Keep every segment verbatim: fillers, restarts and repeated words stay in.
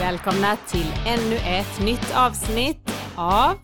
Välkomna till ännu ett nytt avsnitt av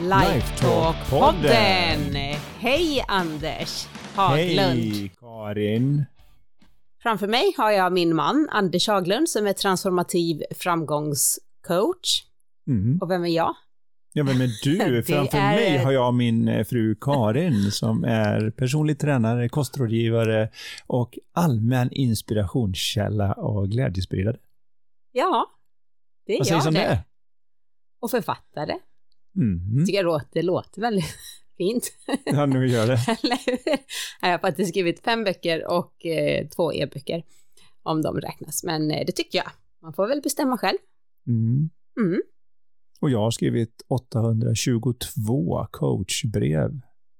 Lifetalk-podden. Hej Anders Haglund. Hej Karin. Framför mig har jag min man Anders Haglund som är transformativ framgångscoach. Mm. Och vem är jag? Ja, vem är du? Framför är... mig har jag min fru Karin som är personlig tränare, kostrådgivare och allmän inspirationskälla och glädjespridare. Ja, det är Vad jag det. det. Och författare. Mm. Tycker jag det låter väldigt fint. Ja, nu gör det. Jag har faktiskt skrivit fem böcker och eh, två e-böcker om de räknas. Men eh, det tycker jag. Man får väl bestämma själv. Mm. Mm. Och jag har skrivit åttahundratjugotvå coachbrev.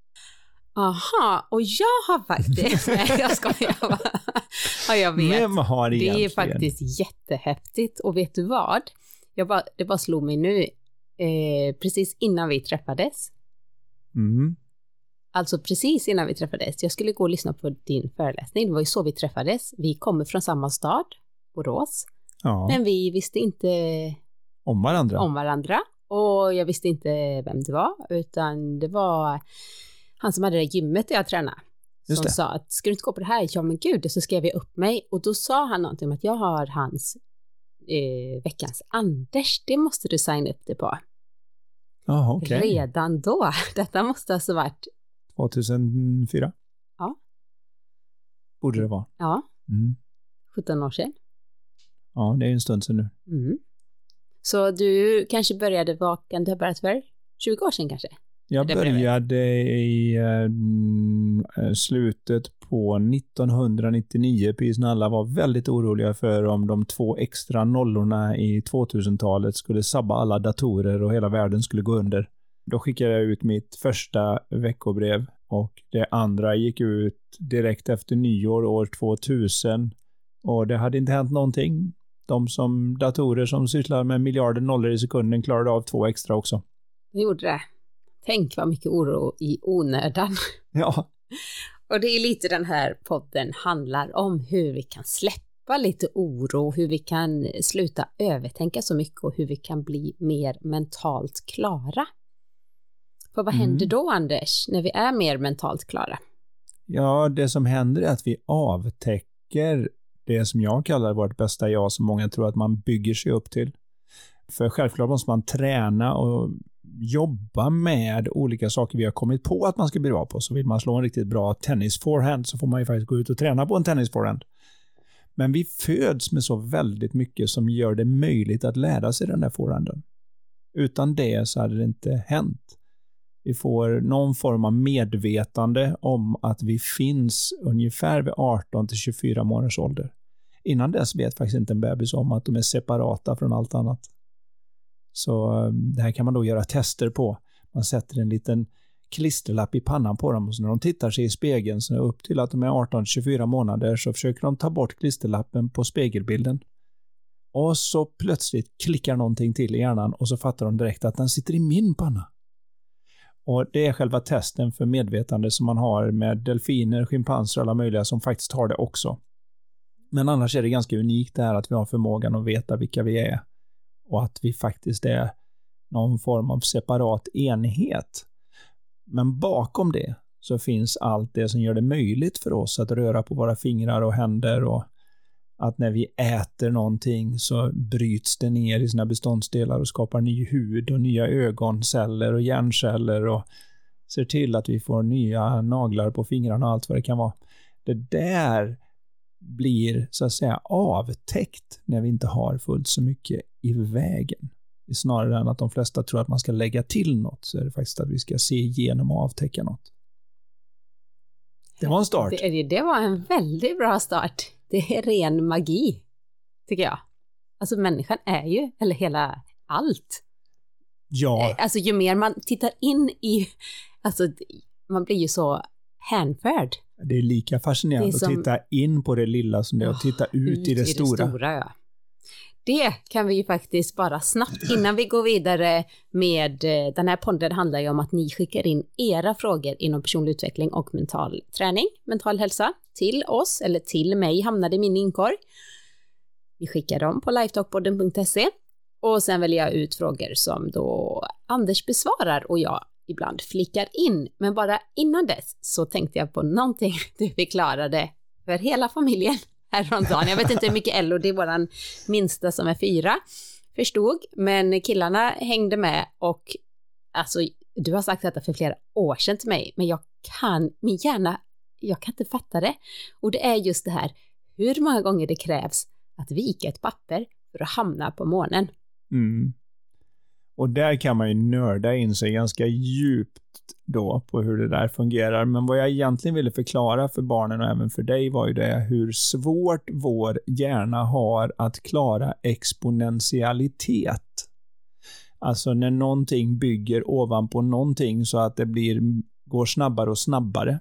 Aha, och jag har faktiskt... Nej, jag skojar bara. Ja, jag vet. Vem har det egentligen? är faktiskt jättehäftigt. Och vet du vad? Jag bara, det bara slog mig nu. Eh, precis innan vi träffades. Mm. Alltså precis innan vi träffades. Jag skulle gå och lyssna på din föreläsning. Det var ju så vi träffades. Vi kommer från samma stad, Borås. Ja. Men vi visste inte... Om varandra. Om varandra. Och jag visste inte vem det var. Utan det var han som hade det gymmet där jag tränade. Just som det. sa att, ska du inte gå på det här? Ja men gud, så skrev jag upp mig. Och då sa han någonting om att jag har hans eh, veckans Anders. Det måste du signa upp dig på. Jaha, okej. Okay. Redan då. Detta måste alltså varit... tvåtusenfyra? Ja. Borde det vara. Ja. Mm. sjutton år sedan. Ja, det är ju en stund sedan nu. Mm. Så du kanske började, vad kan du ha börjat för? tjugo år sedan kanske? Jag började i äh, slutet på nittonhundranittionio, precis när alla var väldigt oroliga för om de två extra nollorna i tvåtusentalet skulle sabba alla datorer och hela världen skulle gå under. Då skickade jag ut mitt första veckobrev och det andra gick ut direkt efter nyår år tvåtusen och det hade inte hänt någonting. De som datorer som sysslar med miljarder nollor i sekunden klarade av två extra också. Det gjorde det. Tänk vad mycket oro i onödan. Ja. Och det är lite den här podden handlar om, hur vi kan släppa lite oro, hur vi kan sluta övertänka så mycket och hur vi kan bli mer mentalt klara. För vad Mm. händer då, Anders, när vi är mer mentalt klara? Ja, det som händer är att vi avtäcker det som jag kallar vårt bästa jag, som många tror att man bygger sig upp till. För självklart måste man träna och jobba med olika saker vi har kommit på att man ska bli bra på. Så vill man slå en riktigt bra tennis-forehand så får man ju faktiskt gå ut och träna på en tennis-forehand. Men vi föds med så väldigt mycket som gör det möjligt att lära sig den där forehanden. Utan det så hade det inte hänt. Vi får någon form av medvetande om att vi finns ungefär vid arton till tjugofyra månaders ålder. Innan dess vet faktiskt inte en bebis om att de är separata från allt annat. Så det här kan man då göra tester på. Man sätter en liten klisterlapp i pannan på dem och så när de tittar sig i spegeln så upp till att de är arton till tjugofyra månader så försöker de ta bort klisterlappen på spegelbilden. Och så plötsligt klickar någonting till i hjärnan och så fattar de direkt att den sitter i min panna. Och det är själva testen för medvetande som man har med delfiner, schimpanser och alla möjliga som faktiskt har det också. Men annars är det ganska unikt det här att vi har förmågan att veta vilka vi är. Och att vi faktiskt är någon form av separat enhet. Men bakom det så finns allt det som gör det möjligt för oss att röra på våra fingrar och händer. Och att när vi äter någonting så bryts det ner i sina beståndsdelar och skapar ny hud och nya ögonceller och hjärnceller. Och ser till att vi får nya naglar på fingrarna och allt vad det kan vara. Det där blir så att säga avtäckt när vi inte har fullt så mycket i vägen. Snarare än att de flesta tror att man ska lägga till något så är det faktiskt att vi ska se igenom och avtäcka något. Det var en start. Det, det var en väldigt bra start. Det är ren magi, tycker jag. Alltså människan är ju, eller hela allt. Ja. Alltså ju mer man tittar in i, alltså man blir ju så hänförd. Det är lika fascinerande det är som, att titta in på det lilla som det är att titta ut, ut i det i stora. Det, stora ja. Det kan vi ju faktiskt bara snabbt, innan vi går vidare med den här podden handlar ju om att ni skickar in era frågor inom personlig utveckling och mental träning, mental hälsa till oss eller till mig hamnade i min inkorg. Vi skickar dem på lifetalkpodden punkt se Och sen väljer jag ut frågor som då Anders besvarar och jag ibland flickar in. Men bara innan dess så tänkte jag på någonting du förklarade för hela familjen häromdagen. Jag vet inte hur mycket Ello, det är våran minsta som är fyra, förstod. Men killarna hängde med och alltså, du har sagt detta för flera år sedan till mig, men jag kan, min hjärna, jag kan inte fatta det. Och det är just det här, hur många gånger det krävs att vika ett papper för att hamna på månen. Mm. Och där kan man ju nörda in sig ganska djupt då på hur det där fungerar. Men vad jag egentligen ville förklara för barnen och även för dig var ju det hur svårt vår hjärna har att klara exponentialitet. Alltså när någonting bygger ovanpå någonting så att det blir, går snabbare och snabbare.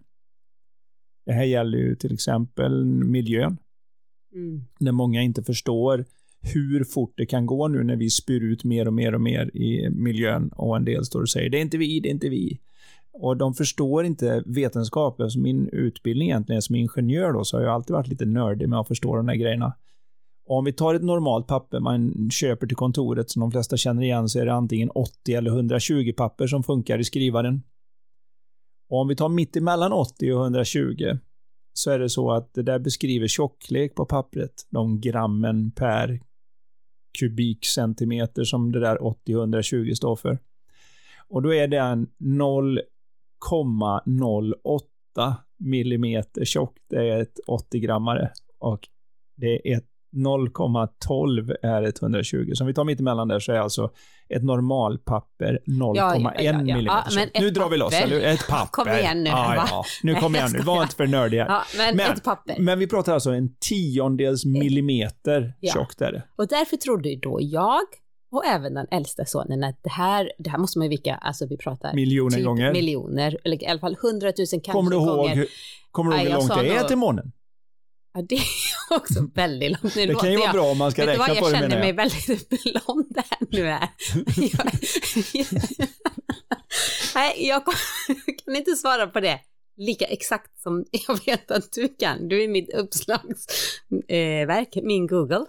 Det här gäller ju till exempel miljön. Mm. När många inte förstår hur fort det kan gå nu när vi spyr ut mer och mer och mer i miljön och en del står och säger det är inte vi, det är inte vi. Och de förstår inte vetenskap. Alltså min utbildning egentligen som ingenjör då, så har jag alltid varit lite nördig med att förstå de här grejerna. Och om vi tar ett normalt papper man köper till kontoret som de flesta känner igen, så är det antingen åttio eller hundratjugo papper som funkar i skrivaren. Och om vi tar mitt emellan åttio och hundratjugo så är det så att det där beskriver tjocklek på pappret. De grammen per kubikcentimeter som det där åttio och hundratjugo står för. Och då är det en noll komma noll åtta millimeter tjock. Det är ett åttio-grammare. Och det är ett noll komma tolv är ett hundratjugo. Så om vi tar mitt emellan där så är alltså ett normalpapper noll komma ett ja, ja, ja. millimeter. Ja, nu drar vi loss. Eller? Ett papper. Kom igen nu. Ja, ja. Nu kommer jag nu. Var inte för nördig här. Ja, men, men, ett papper. men vi pratar alltså en tiondels millimeter ja. tjockt är det. Och därför trodde då jag och även den äldsta sonen att det här, det här måste man ju vika, alltså vi pratar miljoner typ gånger. Miljoner, eller i alla fall hundratusen kanske kommer du ihåg, gånger. Kommer du ihåg hur långt det är till månen? Ja, det är också väldigt långt. Nu det kan ju vara bra om man ska räkna vad, på det. Jag känner mig väldigt blond här nu här. jag, nej, jag kan inte svara på det lika exakt som jag vet att du kan. Du är mitt uppslagsverk, eh, min Google.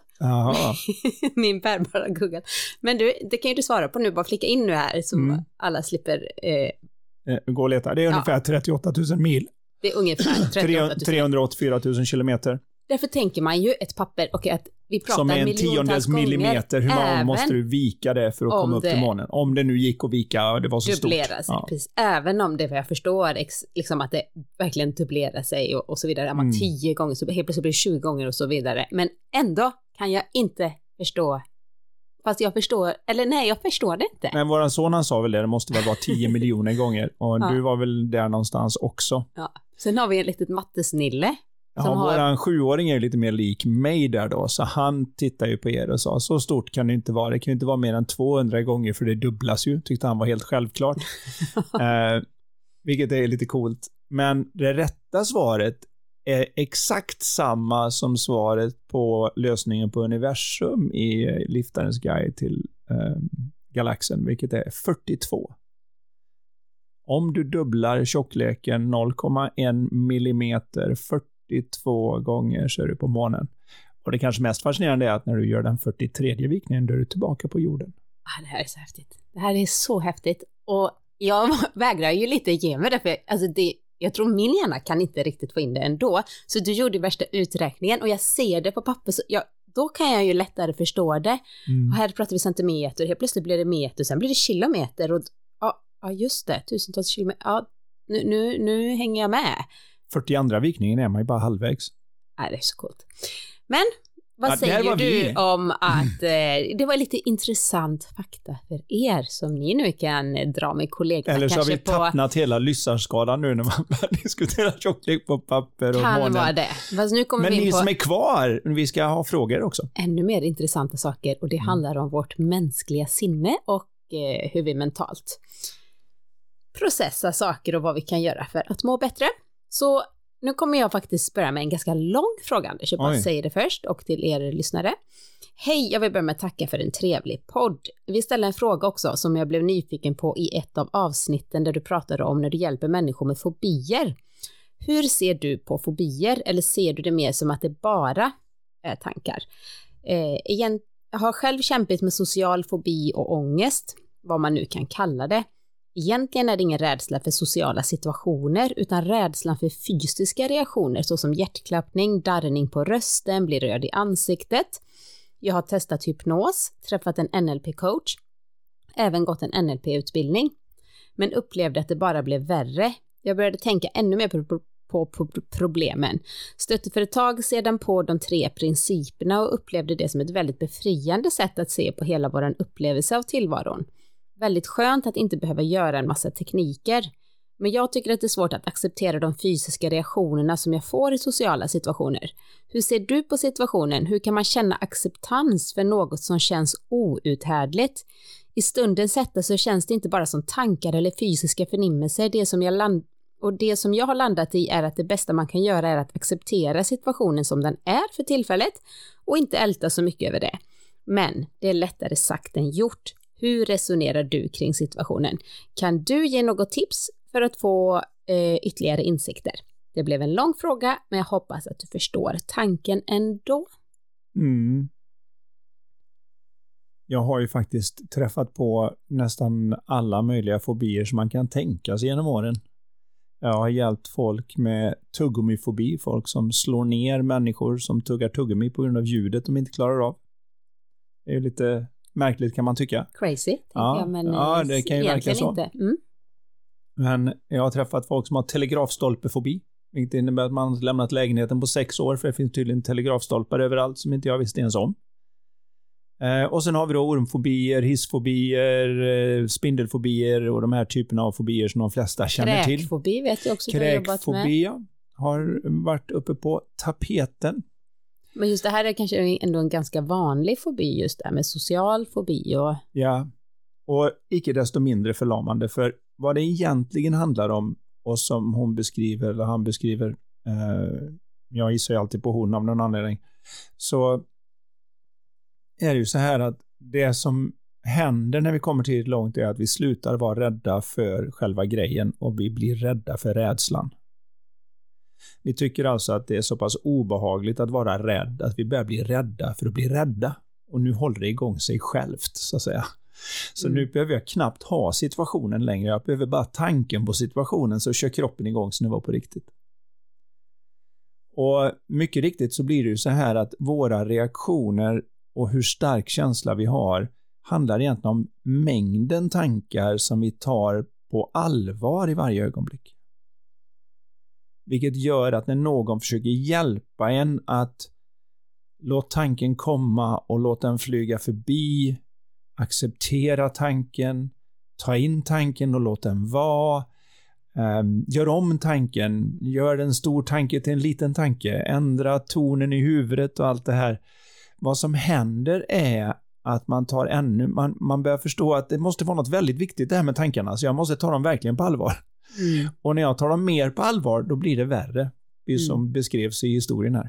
min bärbara Google. Men du, det kan ju du svara på nu, bara flika in nu här så mm. alla slipper eh, gå och leta. Det är ungefär ja. trettioåtta tusen mil. Det är ungefär trettioåtta tusen. trehundraåttiofyra tusen kilometer. Därför tänker man ju ett papper och att vi pratar som är en tiondels millimeter. Hur många måste du vika det för att komma upp det, till månen? Om det nu gick att vika och det var så stort. Ja. Precis. Även om det, vad jag förstår, ex, liksom att det verkligen dubblerar sig och, och så vidare. Är man mm. tio gånger så helt plötsligt blir det tjugo gånger och så vidare. Men ändå kan jag inte förstå. Fast jag förstår, eller nej, jag förstår det inte. Men våran son han sa väl det, det måste väl vara tio miljoner gånger. Och ja. Du var väl där någonstans också. Ja. Sen har vi en litet mattesnille. Ja, har... våran sjuåring är lite mer lik mig där då. Så han tittar ju på er och sa, så stort kan det inte vara. Det kan ju inte vara mer än tvåhundra gånger för det dubblas ju. Tyckte han var helt självklart. eh, vilket är lite coolt. Men det rätta svaret är exakt samma som svaret på lösningen på universum i Liftarens guide till eh, galaxen, vilket är fyrtiotvå. Om du dubblar tjockleken noll komma ett millimeter fyrtiotvå gånger så är du på månen. Och det kanske mest fascinerande är att när du gör den fyrtiotredje vikningen då är du tillbaka på jorden. Ah, det här är så häftigt. Det här är så häftigt. Och jag vägrar ju lite ge mig det, för alltså det, jag tror min hjärna kan inte riktigt få in det ändå. Så du gjorde värsta uträkningen och jag ser det på papper, så jag, då kan jag ju lättare förstå det. Mm. Och här pratar vi centimeter, helt plötsligt blir det meter, sen blir det kilometer och ja, ja just det, tusentals kilometer. Ja, nu, nu, nu hänger jag med. fyrtioandra vikningen är man ju bara halvvägs. Ja, det är så coolt. Men vad ja, säger du vi. om att eh, det var lite intressant fakta för er som ni nu kan dra med kollegorna. Eller så har vi på... tappnat hela lyssarskalan nu när man börjar diskutera tjocklek på papper och kan månen. Vara det. Fast nu kommer Men vi in ni på... som är kvar, vi ska ha frågor också. Ännu mer intressanta saker och det mm. handlar om vårt mänskliga sinne och eh, hur vi mentalt processar saker och vad vi kan göra för att må bättre. Så nu kommer jag faktiskt börja med en ganska lång fråga, Anders. Jag bara säger det först och till er lyssnare. Hej, jag vill börja med att tacka för en trevlig podd. Vi ställer en fråga också som jag blev nyfiken på i ett av avsnitten där du pratade om när du hjälper människor med fobier. Hur ser du på fobier eller ser du det mer som att det bara är tankar? Eh, igen, Jag har själv kämpat med social fobi och ångest, vad man nu kan kalla det. Egentligen är det ingen rädsla för sociala situationer utan rädslan för fysiska reaktioner såsom hjärtklappning, darrning på rösten, blir röd i ansiktet. Jag har testat hypnos, träffat en N L P-coach, även gått en N L P-utbildning, men upplevde att det bara blev värre. Jag började tänka ännu mer på, på, på problemen. Stötte för ett tag sedan på de tre principerna och upplevde det som ett väldigt befriande sätt att se på hela vår upplevelse av tillvaron. Väldigt skönt att inte behöva göra en massa tekniker. Men jag tycker att det är svårt att acceptera de fysiska reaktionerna som jag får i sociala situationer. Hur ser du på situationen? Hur kan man känna acceptans för något som känns outhärdligt? I stunden sätta så känns det inte bara som tankar eller fysiska förnimmelser. Det som jag land- och det som jag har landat i är att det bästa man kan göra är att acceptera situationen som den är för tillfället och inte älta så mycket över det. Men det är lättare sagt än gjort. Hur resonerar du kring situationen? Kan du ge något tips för att få eh, ytterligare insikter? Det blev en lång fråga, men jag hoppas att du förstår tanken ändå. Mm. Jag har ju faktiskt träffat på nästan alla möjliga fobier som man kan tänka sig genom åren. Jag har hjälpt folk med tuggummifobi, folk som slår ner människor som tuggar tuggummi på grund av ljudet de inte klarar av. Det är ju lite märkligt kan man tycka. Crazy, ja, jag, men ja, det kan ju verka så. Inte. Mm. Men jag har träffat folk som har telegrafstolpefobi, vilket innebär att man har lämnat lägenheten på sex år för det finns tydligen telegrafstolpar överallt som inte jag visste ens om. Eh, och sen har vi då ormfobier, hissfobier, eh, spindelfobier och de här typerna av fobier som de flesta känner till. Kräkfobi vet jag också. Kräkfobi har varit uppe på tapeten. Men just det här är kanske ändå en ganska vanlig fobi, just det med social fobi. Och... Ja, och icke desto mindre förlamande. För vad det egentligen handlar om, och som hon beskriver, eller han beskriver, eh, jag gissar ju alltid på hon av någon anledning, så är det ju så här att det som händer när vi kommer till långt är att vi slutar vara rädda för själva grejen och vi blir rädda för rädslan. Vi tycker alltså att det är så pass obehagligt att vara rädd att vi börjar bli rädda för att bli rädda. Och nu håller det igång sig självt så att säga. Så mm. nu behöver jag knappt ha situationen längre. Jag behöver bara tanken på situationen så kör kroppen igång så nu var på riktigt. Och mycket riktigt så blir det ju så här att våra reaktioner och hur stark känsla vi har handlar egentligen om mängden tankar som vi tar på allvar i varje ögonblick. Vilket gör att när någon försöker hjälpa en att låta tanken komma och låta den flyga förbi, acceptera tanken, ta in tanken och låta den vara, um, gör om tanken, gör en stor tanke till en liten tanke, ändra tonen i huvudet och allt det här. Vad som händer är att man tar ännu, man, man börjar förstå att det måste vara något väldigt viktigt det här med tankarna, så jag måste ta dem verkligen på allvar. Mm. Och när jag tar dem mer på allvar då blir det värre. Det är som mm. beskrevs i historien här.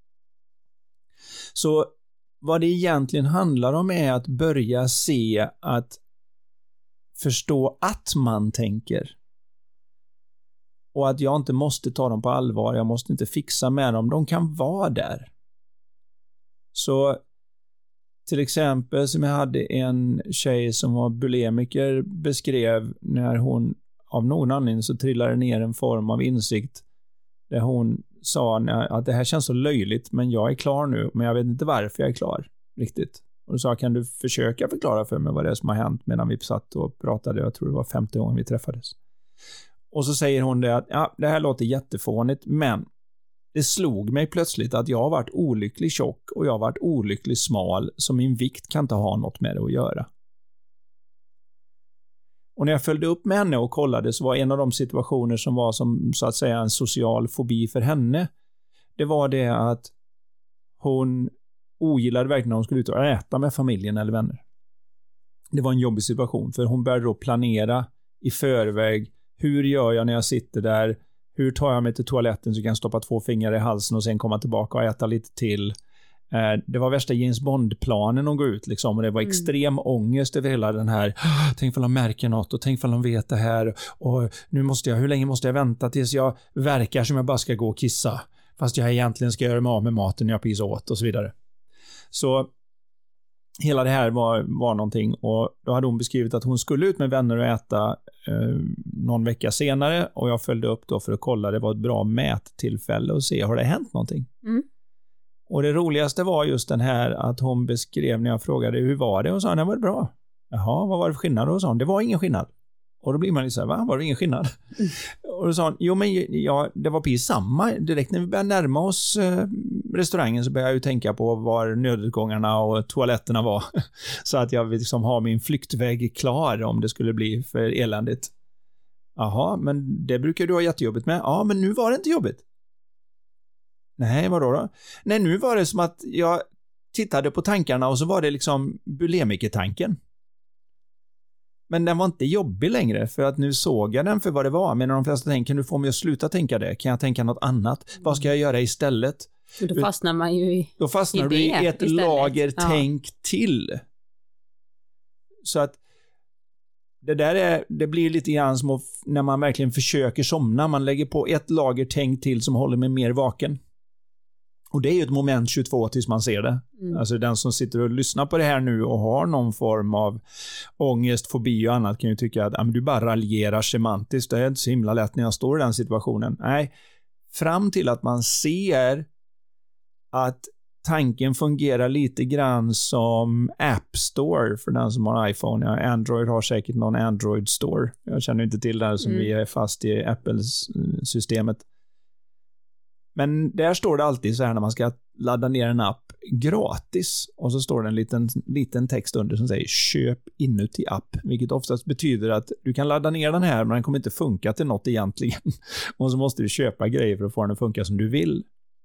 Så vad det egentligen handlar om är att börja se att förstå att man tänker. Och att jag inte måste ta dem på allvar. Jag måste inte fixa med dem. De kan vara där. Så till exempel som jag hade en tjej som var bulimiker beskrev när hon av någon anledning så trillade ner en form av insikt där hon sa att det här känns så löjligt men jag är klar nu men jag vet inte varför jag är klar riktigt. Och då sa kan du försöka förklara för mig vad det är som har hänt medan vi satt och pratade, jag tror det var femte gången vi träffades. Och så säger hon det att ja, det här låter jättefånigt men det slog mig plötsligt att jag har varit olycklig tjock och jag har varit olycklig smal så min vikt kan inte ha något med det att göra. Och när jag följde upp med henne och kollade så var en av de situationer som var som så att säga en social fobi för henne. Det var det att hon ogillade verkligen när hon skulle ut och äta med familjen eller vänner. Det var en jobbig situation för hon började då planera i förväg. Hur gör jag när jag sitter där? Hur tar jag mig till toaletten så jag kan stoppa två fingrar i halsen och sen komma tillbaka och äta lite till? Det var värsta James Bond-planen att gå ut liksom, och det var mm. extrem ångest över hela den här tänk om de märker något och tänk om de vet det här och nu måste jag, hur länge måste jag vänta tills jag verkar som jag bara ska gå och kissa fast jag egentligen ska göra mig av med maten jag pissar åt och så vidare. Så hela det här var, var någonting, och då hade hon beskrivit att hon skulle ut med vänner och äta eh, någon vecka senare, och jag följde upp då för att kolla, det var ett bra mättillfälle och se, har det hänt någonting? Mm. Och det roligaste var just den här att hon beskrev när jag frågade hur var det, och sa, det var bra. Jaha, vad var det för skillnad? Och sa hon, det var ingen skillnad. Och då blir man lite så här, va? Var det ingen skillnad? Mm. Och då sa hon, jo men ja, det var precis samma. Direkt när vi började närma oss eh, restaurangen så började jag ju tänka på var nödutgångarna och toaletterna var. Så att jag liksom har min flyktväg klar om det skulle bli för eländigt. Jaha, men det brukar du ha jättejobbigt med. Ja, men nu var det inte jobbigt. Nej, vadå då? Nej, nu var det som att jag tittade på tankarna och så var det liksom bulimikertanken. Men den var inte jobbig längre, för att nu såg jag den för vad det var. Men när de flesta tänker, kan du få mig att sluta tänka det? Kan jag tänka något annat? Mm. Vad ska jag göra istället? Och då fastnar man ju i Då fastnar i du i ett istället. lager ja. tänk till. Så att det där är, det blir lite grann som när man verkligen försöker somna. Man lägger på ett lager tänk till som håller mig mer vaken. Och det är ju ett moment tjugotvå tills man ser det. Mm. Alltså den som sitter och lyssnar på det här nu och har någon form av ångest, fobi och annat kan ju tycka att ja, men du bara raljerar semantiskt. Det är inte så himla lätt när jag står i den situationen. Nej, fram till att man ser att tanken fungerar lite grann som App Store för den som har iPhone. Ja, Android har säkert någon Android Store. Jag känner inte till det som mm. vi är fast i Apple-systemet. Men där står det alltid så här när man ska ladda ner en app gratis, och så står det en liten, liten text under som säger köp inuti app, vilket oftast betyder att du kan ladda ner den här men den kommer inte funka till något egentligen. Och så måste du köpa grejer för att få den att funka som du vill.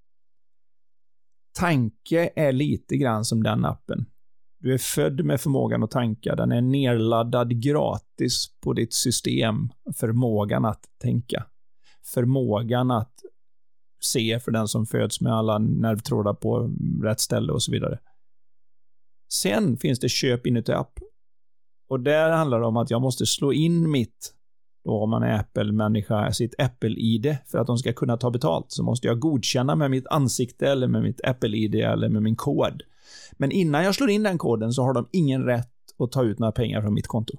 Tanke är lite grann som den appen. Du är född med förmågan att tanka. Den är nerladdad gratis på ditt system. Förmågan att tänka. Förmågan att se för den som föds med alla nervtrådar på rätt ställe och så vidare. Sen finns det köp inuti app. Och där handlar det om att jag måste slå in mitt, då om man är Apple-människa, sitt Apple-I D för att de ska kunna ta betalt. Så måste jag godkänna med mitt ansikte eller med mitt Apple-I D eller med min kod. Men innan jag slår in den koden så har de ingen rätt att ta ut några pengar från mitt konto.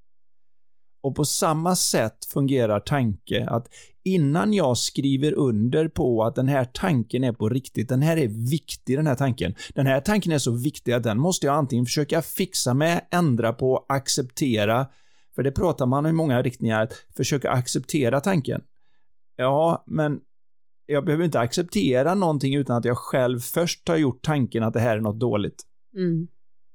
Och på samma sätt fungerar tanke, att innan jag skriver under på att den här tanken är på riktigt, den här är viktig, den här tanken. Den här tanken är så viktig att den måste jag antingen försöka fixa med, ändra på, acceptera. För det pratar man i många riktningar, att försöka acceptera tanken. Ja, men jag behöver inte acceptera någonting utan att jag själv först har gjort tanken att det här är något dåligt. Mm.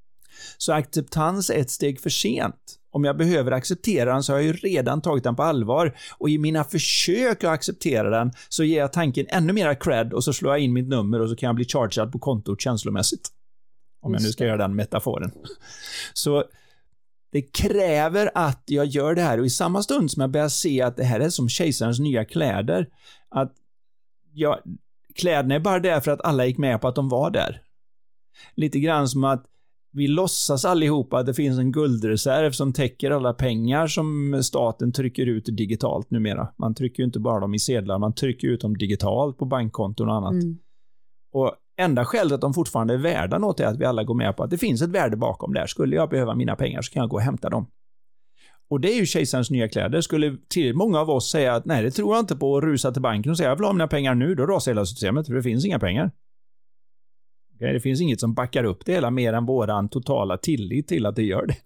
Så acceptans är ett steg för sent. Om jag behöver acceptera den så har jag ju redan tagit den på allvar. Och i mina försök att acceptera den så ger jag tanken ännu mera cred och så slår jag in mitt nummer och så kan jag bli chargead på kontot känslomässigt. Om jag nu ska göra den metaforen. Så det kräver att jag gör det här, och i samma stund som jag börjar se att det här är som kejsarens nya kläder, att jag, kläderna är bara där för att alla gick med på att de var där. Lite grann som att vi låtsas allihopa att det finns en guldreserv som täcker alla pengar som staten trycker ut digitalt numera. Man trycker ju inte bara dem i sedlar, man trycker ut dem digitalt på bankkonton och annat. Mm. Och enda skälet att de fortfarande är värda något är att vi alla går med på att det finns ett värde bakom där. Skulle jag behöva mina pengar så kan jag gå och hämta dem. Och det är ju kejsarens nya kläder. Skulle till många av oss säga att nej, det tror jag inte på, och rusa till banken och säga jag vill ha mina pengar nu, då rasar hela systemet för det finns inga pengar. Okay, det finns inget som backar upp det hela mer än våran totala tillit till att det gör det.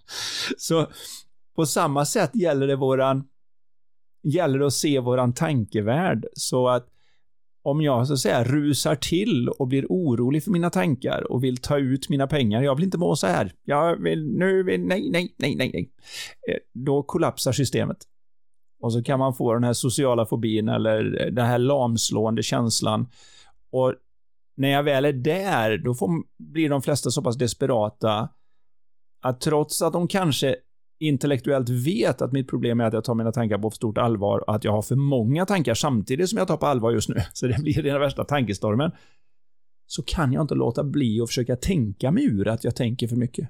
Så på samma sätt gäller det våran gäller det att se våran tankevärld, så att om jag så att säga rusar till och blir orolig för mina tankar och vill ta ut mina pengar, jag vill inte må så här. Jag vill nu vill, nej nej nej nej nej. Då kollapsar systemet. Och så kan man få den här sociala fobin eller den här lamslående känslan. Och när jag väl är där, då får, blir de flesta så pass desperata att trots att de kanske intellektuellt vet att mitt problem är att jag tar mina tankar på för stort allvar och att jag har för många tankar samtidigt som jag tar på allvar just nu, så det blir den värsta tankestormen, så kan jag inte låta bli att försöka tänka mig ur att jag tänker för mycket.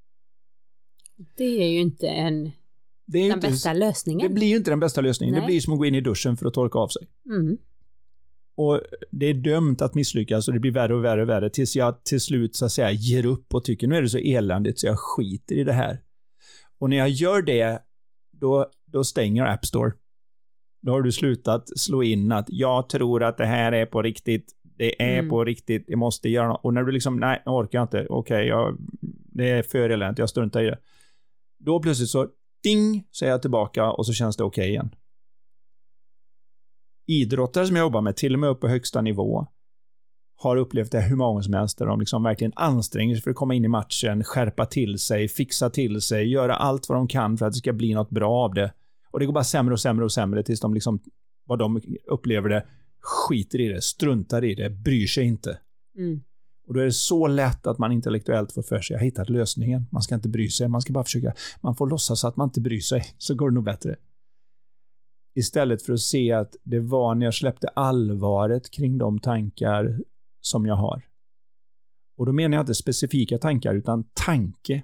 Det är ju inte en det är den inte, bästa lösningen. Det blir ju inte den bästa lösningen. Nej. Det blir som att gå in i duschen för att torka av sig. Mm. Och det är dömt att misslyckas och det blir värre och värre och värre tills jag till slut så att säga ger upp och tycker nu är det så eländigt så jag skiter i det här. Och när jag gör det då, då stänger App Store. Då har du slutat slå in att jag tror att det här är på riktigt. Det är mm. på riktigt. Jag måste göra något. Och när du liksom, nej, jag orkar inte. Okej, okay, det är för eländigt. Jag struntar i det. Då plötsligt så, ding, så är jag tillbaka och så känns det okej okay igen. Idrottare som jag jobbar med, till och med upp på högsta nivå, har upplevt det hur många som helst där de liksom verkligen anstränger sig för att komma in i matchen, skärpa till sig, fixa till sig, göra allt vad de kan för att det ska bli något bra av det. Och det går bara sämre och sämre och sämre tills de liksom, vad de upplever det, skiter i det, struntar i det, bryr sig inte. Mm. Och då är det så lätt att man intellektuellt får för sig, jag har hittat lösningen. Man ska inte bry sig, man ska bara försöka, man får låtsas att man inte bryr sig, så går det nog bättre. Istället för att se att det var när jag släppte allvaret kring de tankar som jag har. Och då menar jag inte specifika tankar utan tanke.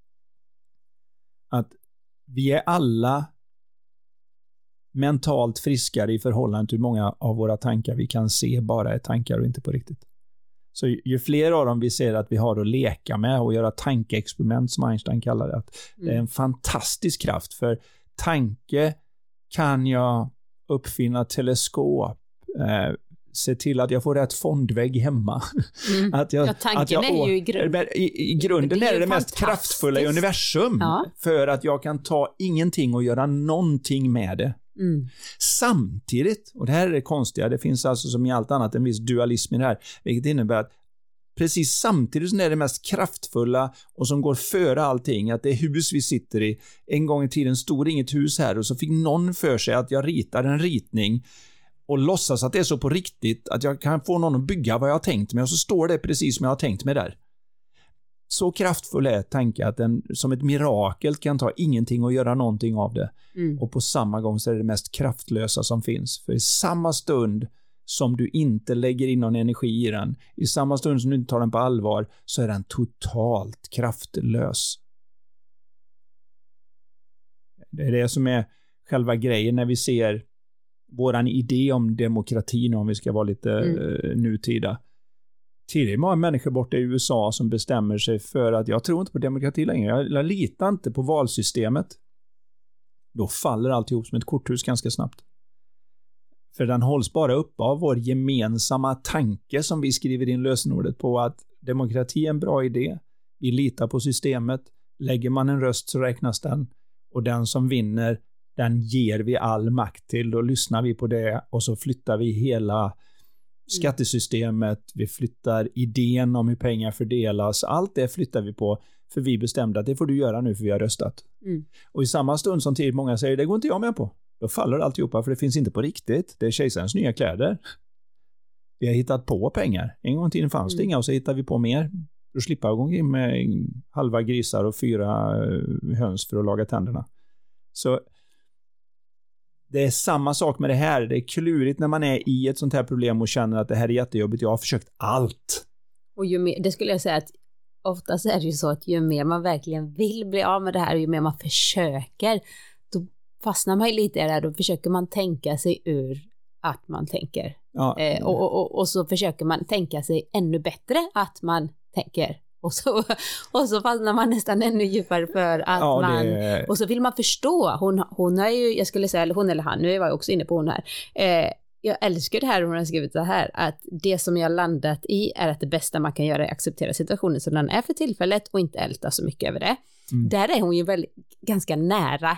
Att vi är alla mentalt friskare i förhållande till hur många av våra tankar vi kan se bara är tankar och inte på riktigt. Så ju fler av dem vi ser att vi har att leka med och göra tankeexperiment som Einstein kallar det, att mm. det är en fantastisk kraft. För tanke kan jag uppfinna teleskop, eh, se till att jag får rätt fondvägg hemma. Mm. att jag, ja, tanken att jag, är ju i, grund... i, i grunden det är, är det mest kraftfulla i universum. Ja. För att jag kan ta ingenting och göra någonting med det. Mm. Samtidigt, och det här är det konstiga, det finns alltså som i allt annat en viss dualism i det här, vilket innebär att precis samtidigt som det är det mest kraftfulla och som går före allting, att det hus vi sitter i, en gång i tiden stod inget hus här och så fick någon för sig att jag ritar en ritning och låtsas att det är så på riktigt att jag kan få någon att bygga vad jag har tänkt mig och så står det precis som jag har tänkt mig där. Så kraftfull är tanken att den som ett mirakel kan ta ingenting och göra någonting av det. Mm. Och på samma gång så är det det mest kraftlösa som finns. För i samma stund som du inte lägger in någon energi i den, i samma stund som du inte tar den på allvar, så är den totalt kraftlös. Det är det som är själva grejen när vi ser våran idé om demokratin, om vi ska vara lite mm. nutida. Tidigare många människor borta i U S A som bestämmer sig för att jag tror inte på demokrati längre. Jag, jag litar inte på valsystemet. Då faller alltihop som ett korthus ganska snabbt. För den hålls bara upp av vår gemensamma tanke som vi skriver in lösenordet på att demokrati är en bra idé. Vi litar på systemet. Lägger man en röst så räknas den. Och den som vinner, den ger vi all makt till. Då lyssnar vi på det och så flyttar vi hela skattesystemet, vi flyttar idén om hur pengar fördelas, allt det flyttar vi på för vi bestämde att det får du göra nu för vi har röstat. Mm. Och i samma stund som tidigt många säger det går inte jag med på, då faller alltihopa för det finns inte på riktigt, det är kejsarens nya kläder. Vi har hittat på pengar, en gång i tiden fanns mm. det inga och så hittar vi på mer för att slippa gå in med halva grisar och fyra höns för att laga tänderna. Så det är samma sak med det här. Det är klurigt när man är i ett sånt här problem och känner att det här är jättejobbigt. Jag har försökt allt. Och ju mer, det skulle jag säga att oftast är det ju så att ju mer man verkligen vill bli av med det här och ju mer man försöker, då fastnar man lite i det här. Då försöker man tänka sig ur att man tänker. Ja. Eh, och, och, och så försöker man tänka sig ännu bättre att man tänker. Och så, och så fastnar man nästan ännu djupare för att ja, man... Det... Och så vill man förstå. Hon, hon har ju, jag skulle säga, eller hon eller han, nu var jag också inne på hon här. Eh, jag älskar det här hon har skrivit det här. Att det som jag landat i är att det bästa man kan göra är att acceptera situationen som den är för tillfället och inte älta så mycket över det. Mm. Där är hon ju väl ganska nära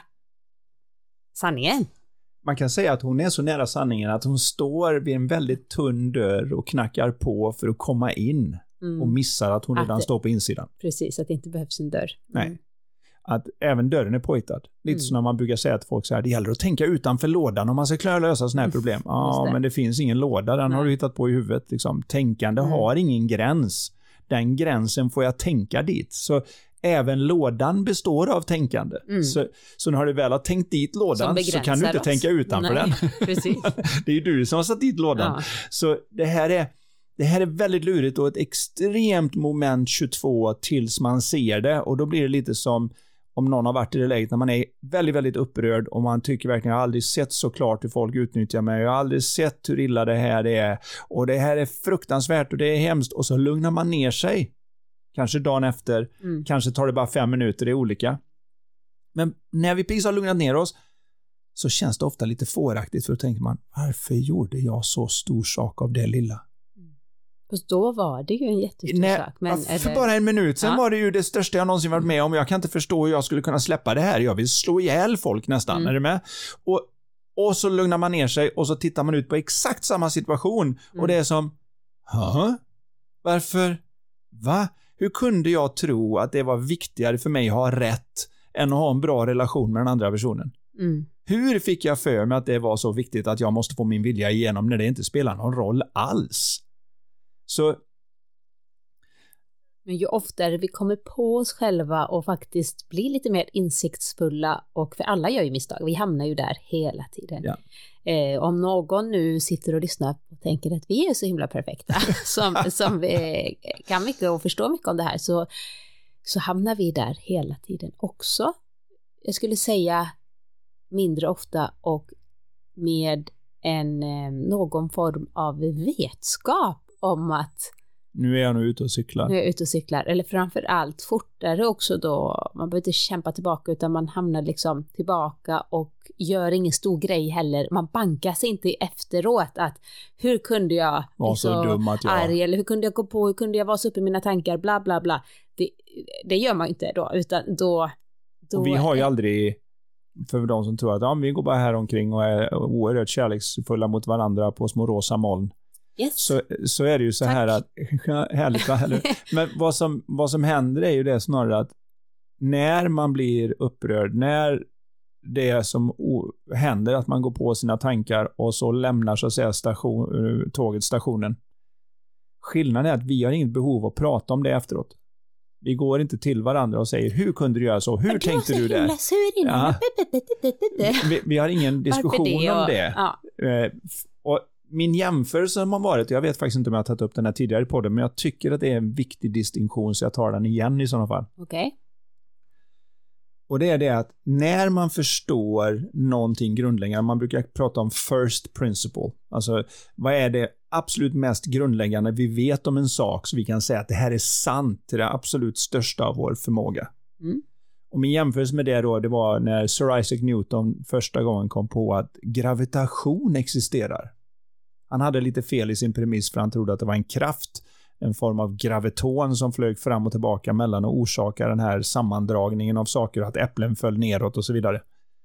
sanningen. Man kan säga att hon är så nära sanningen att hon står vid en väldigt tunn dörr och knackar på för att komma in. Mm. Och missar att hon att redan det, står på insidan. Precis, att det inte behövs en dörr. Mm. Nej. Att även dörren är påhittad. Lite mm. som när man brukar säga att folk säger att det gäller att tänka utanför lådan om man ska klara lösa sådana här problem. Ja, det. Men det finns ingen låda. Den Nej. Har du hittat på i huvudet. Liksom. Tänkande mm. har ingen gräns. Den gränsen får jag tänka dit. Så även lådan består av tänkande. Mm. Så, så när du väl har tänkt dit lådan så kan du inte oss. tänka utanför Nej. Den. Precis. Det är ju du som har satt dit lådan. Ja. Så det här är Det här är väldigt lurigt och ett extremt moment tjugotvå tills man ser det. Och då blir det lite som om någon har varit i det läget när man är väldigt, väldigt upprörd och man tycker verkligen, jag har aldrig sett så klart hur folk utnyttjar mig, jag har aldrig sett hur illa det här är och det här är fruktansvärt och det är hemskt, och så lugnar man ner sig. Kanske dagen efter, mm. kanske tar det bara fem minuter, det är olika. Men när vi precis har lugnat ner oss så känns det ofta lite fåraktigt, för då tänker man, varför gjorde jag så stor sak av det lilla? Fast då var det ju en jättestor Nej, sak. Men för det... bara en minut sen ja. var det ju det största jag någonsin varit med om. Jag kan inte förstå hur jag skulle kunna släppa det här. Jag vill slå ihjäl folk nästan. Mm. Är du med? Och, och så lugnar man ner sig och så tittar man ut på exakt samma situation. Mm. Och det är som, Hå? Varför? Va? Hur kunde jag tro att det var viktigare för mig att ha rätt än att ha en bra relation med den andra personen? Mm. Hur fick jag för mig att det var så viktigt att jag måste få min vilja igenom när det inte spelar någon roll alls? Så... Men ju oftare vi kommer på oss själva och faktiskt blir lite mer insiktsfulla, och för alla gör ju misstag, vi hamnar ju där hela tiden. Ja. Eh, om någon nu sitter och lyssnar och tänker att vi är så himla perfekta som, som vi kan mycket och förstår mycket om det här, så, så hamnar vi där hela tiden också. Jag skulle säga mindre ofta och med en, eh, någon form av vetskap om att nu är jag nu ute och cyklar. Nu är jag ute och cyklar. Eller framförallt fortare också då. Man behöver inte kämpa tillbaka, utan man hamnar liksom tillbaka och gör ingen stor grej heller. Man bankar sig inte efteråt att hur kunde jag vara så dum att jag... arg, eller hur kunde jag gå på, hur kunde jag vara så uppe i mina tankar, bla bla bla. Det, det gör man inte då, utan då... då och vi har ju aldrig, för de som tror att ja, vi går bara här omkring och är oerhört kärleksfulla mot varandra på små rosa moln. Yes. Så, så är det ju så Tack. här att härligt, härligt. Men vad som, vad som händer är ju det snarare att när man blir upprörd, när det som o- händer att man går på sina tankar och så lämnar så att säga station, tåget stationen. Skillnaden är att vi har inget behov att prata om det efteråt. Vi går inte till varandra och säger, hur kunde du göra så? Hur tänkte du det? Ja. Vi, vi har ingen diskussion det om det. Ja. Och min jämförelse som har varit, jag vet faktiskt inte om jag har tagit upp den här tidigare i podden, men jag tycker att det är en viktig distinktion, så jag tar den igen i sådana fall. Okej. Okay. Och det är det att när man förstår någonting grundläggande, man brukar prata om first principle, alltså vad är det absolut mest grundläggande vi vet om en sak, så vi kan säga att det här är sant till det absolut största av vår förmåga. Mm. Och min jämförelse med det då, det var när Sir Isaac Newton första gången kom på att gravitation existerar. Han hade lite fel i sin premiss, för han trodde att det var en kraft, en form av graviton som flög fram och tillbaka mellan och orsakade den här sammandragningen av saker, att äpplen föll neråt och så vidare.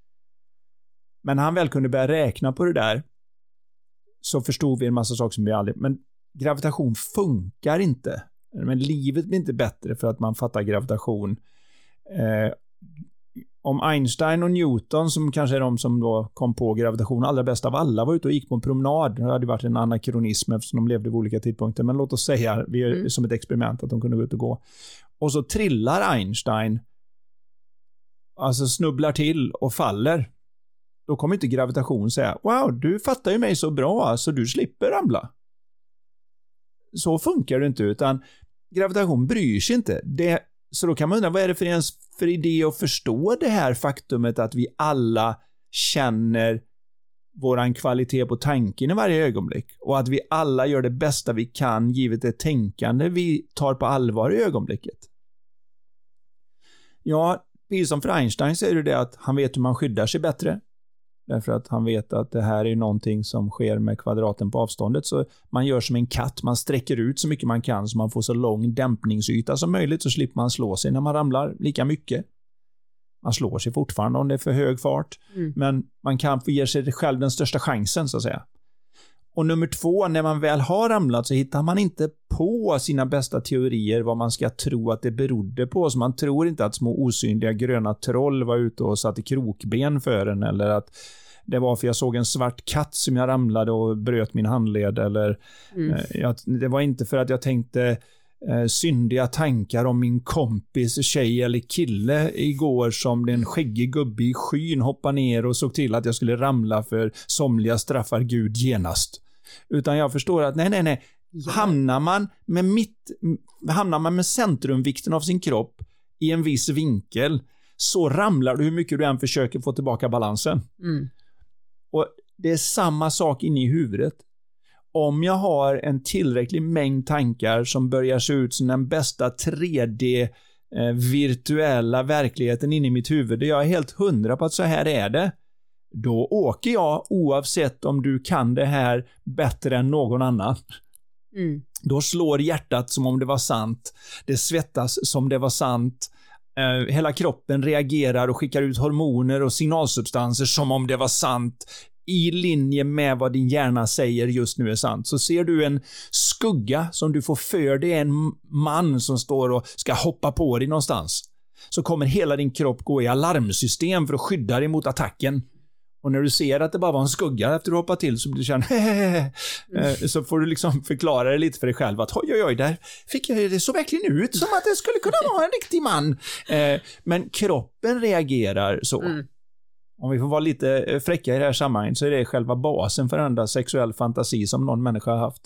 Men när han väl kunde börja räkna på det där, så förstod vi en massa saker som vi aldrig... Men gravitation funkar inte. Men livet blir inte bättre för att man fattar gravitation. Eh, om Einstein och Newton, som kanske är de som då kom på gravitation allra bäst av alla, var ute och gick på en promenad. Det hade varit en anakronism eftersom de levde vid olika tidpunkter. Men låt oss säga, vi är mm. som ett experiment, att de kunde gå ut och gå. Och så trillar Einstein, alltså snubblar till och faller. Då kommer inte gravitation säga, wow, du fattar ju mig så bra så du slipper ramla. Så funkar det inte, utan gravitation bryr sig inte. Det, så då kan man undra, vad är det för ens för idé att förstå det här faktumet att vi alla känner våran kvalitet på tanken i varje ögonblick, och att vi alla gör det bästa vi kan givet det tänkande vi tar på allvar i ögonblicket. Ja, precis som för Einstein så är det det att han vet hur man skyddar sig bättre. Därför att han vet att det här är någonting som sker med kvadraten på avståndet. Så man gör som en katt, man sträcker ut så mycket man kan så man får så lång dämpningsyta som möjligt, så slipper man slå sig när man ramlar lika mycket. Man slår sig fortfarande om det är för hög fart. Mm. Men man kan få ge sig själv den största chansen, så att säga. Och nummer två, när man väl har ramlat så hittar man inte på sina bästa teorier vad man ska tro att det berodde på. Så man tror inte att små osynliga gröna troll var ute och satte krokben för en, eller att det var för jag såg en svart katt som jag ramlade och bröt min handled, eller mm. eh, jag, det var inte för att jag tänkte eh, syndiga tankar om min kompis, tjej eller kille igår som en skäggig gubbe i skyn hoppade ner och såg till att jag skulle ramla, för somliga straffar Gud genast. Utan jag förstår att nej, nej, nej. Ja. Hamnar man med mitt, hamnar man med centrumvikten av sin kropp i en viss vinkel, så ramlar du hur mycket du än försöker få tillbaka balansen. Mm. Och det är samma sak inne i huvudet. Om jag har en tillräcklig mängd tankar som börjar se ut som den bästa tre D eh, virtuella verkligheten inne i mitt huvud, där jag är helt hundra på att så här är det, då åker jag oavsett om du kan det här bättre än någon annan. Mm. Då slår hjärtat som om det var sant. Det svettas som det var sant. Eh, hela kroppen reagerar och skickar ut hormoner och signalsubstanser som om det var sant. I linje med vad din hjärna säger just nu är sant. Så ser du en skugga som du får för dig, en man som står och ska hoppa på dig någonstans, så kommer hela din kropp gå i alarmsystem för att skydda dig mot attacken. Och när du ser att det bara var en skugga efter att hoppa till, så blir du känner mm. så får du liksom förklara det lite för dig själv att oj oj oj, där fick jag, det så verkligen ut som att det skulle kunna vara en riktig man. Men kroppen reagerar så. Mm. Om vi får vara lite fräcka i det här sammanhanget, så är det själva basen för enda sexuell fantasi som någon människa har haft.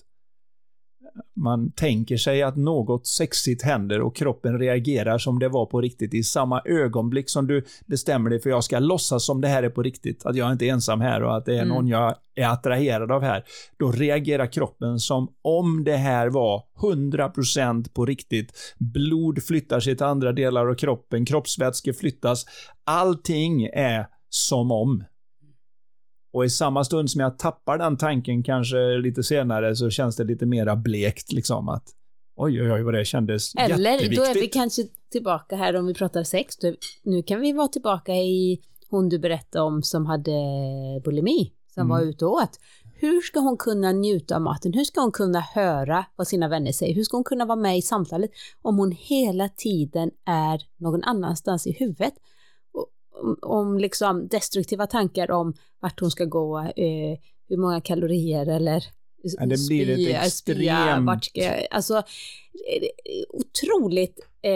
Man tänker sig att något sexigt händer och kroppen reagerar som det var på riktigt i samma ögonblick som du bestämmer dig för jag ska låtsas som det här är på riktigt. Att jag inte är ensam här och att det är mm. någon jag är attraherad av här. Då reagerar kroppen som om det här var hundra procent på riktigt. Blod flyttar sig till andra delar av kroppen. Kroppsvätskor flyttas. Allting är som om. Och i samma stund som jag tappar den tanken kanske lite senare, så känns det lite mera blekt liksom att oj oj oj vad det kändes Eller jätteviktigt. då är vi kanske tillbaka här om vi pratar sex. Då, nu kan vi vara tillbaka i hon du berättade om som hade bulimi, som mm. var ute och åt. Hur ska hon kunna njuta av maten? Hur ska hon kunna höra vad sina vänner säger? Hur ska hon kunna vara med i samtalet om hon hela tiden är någon annanstans i huvudet? Om, om liksom destruktiva tankar om vart hon ska gå, eh, hur många kalorier eller ja, det blir ett extremt spya, vart ska jag, alltså otroligt eh,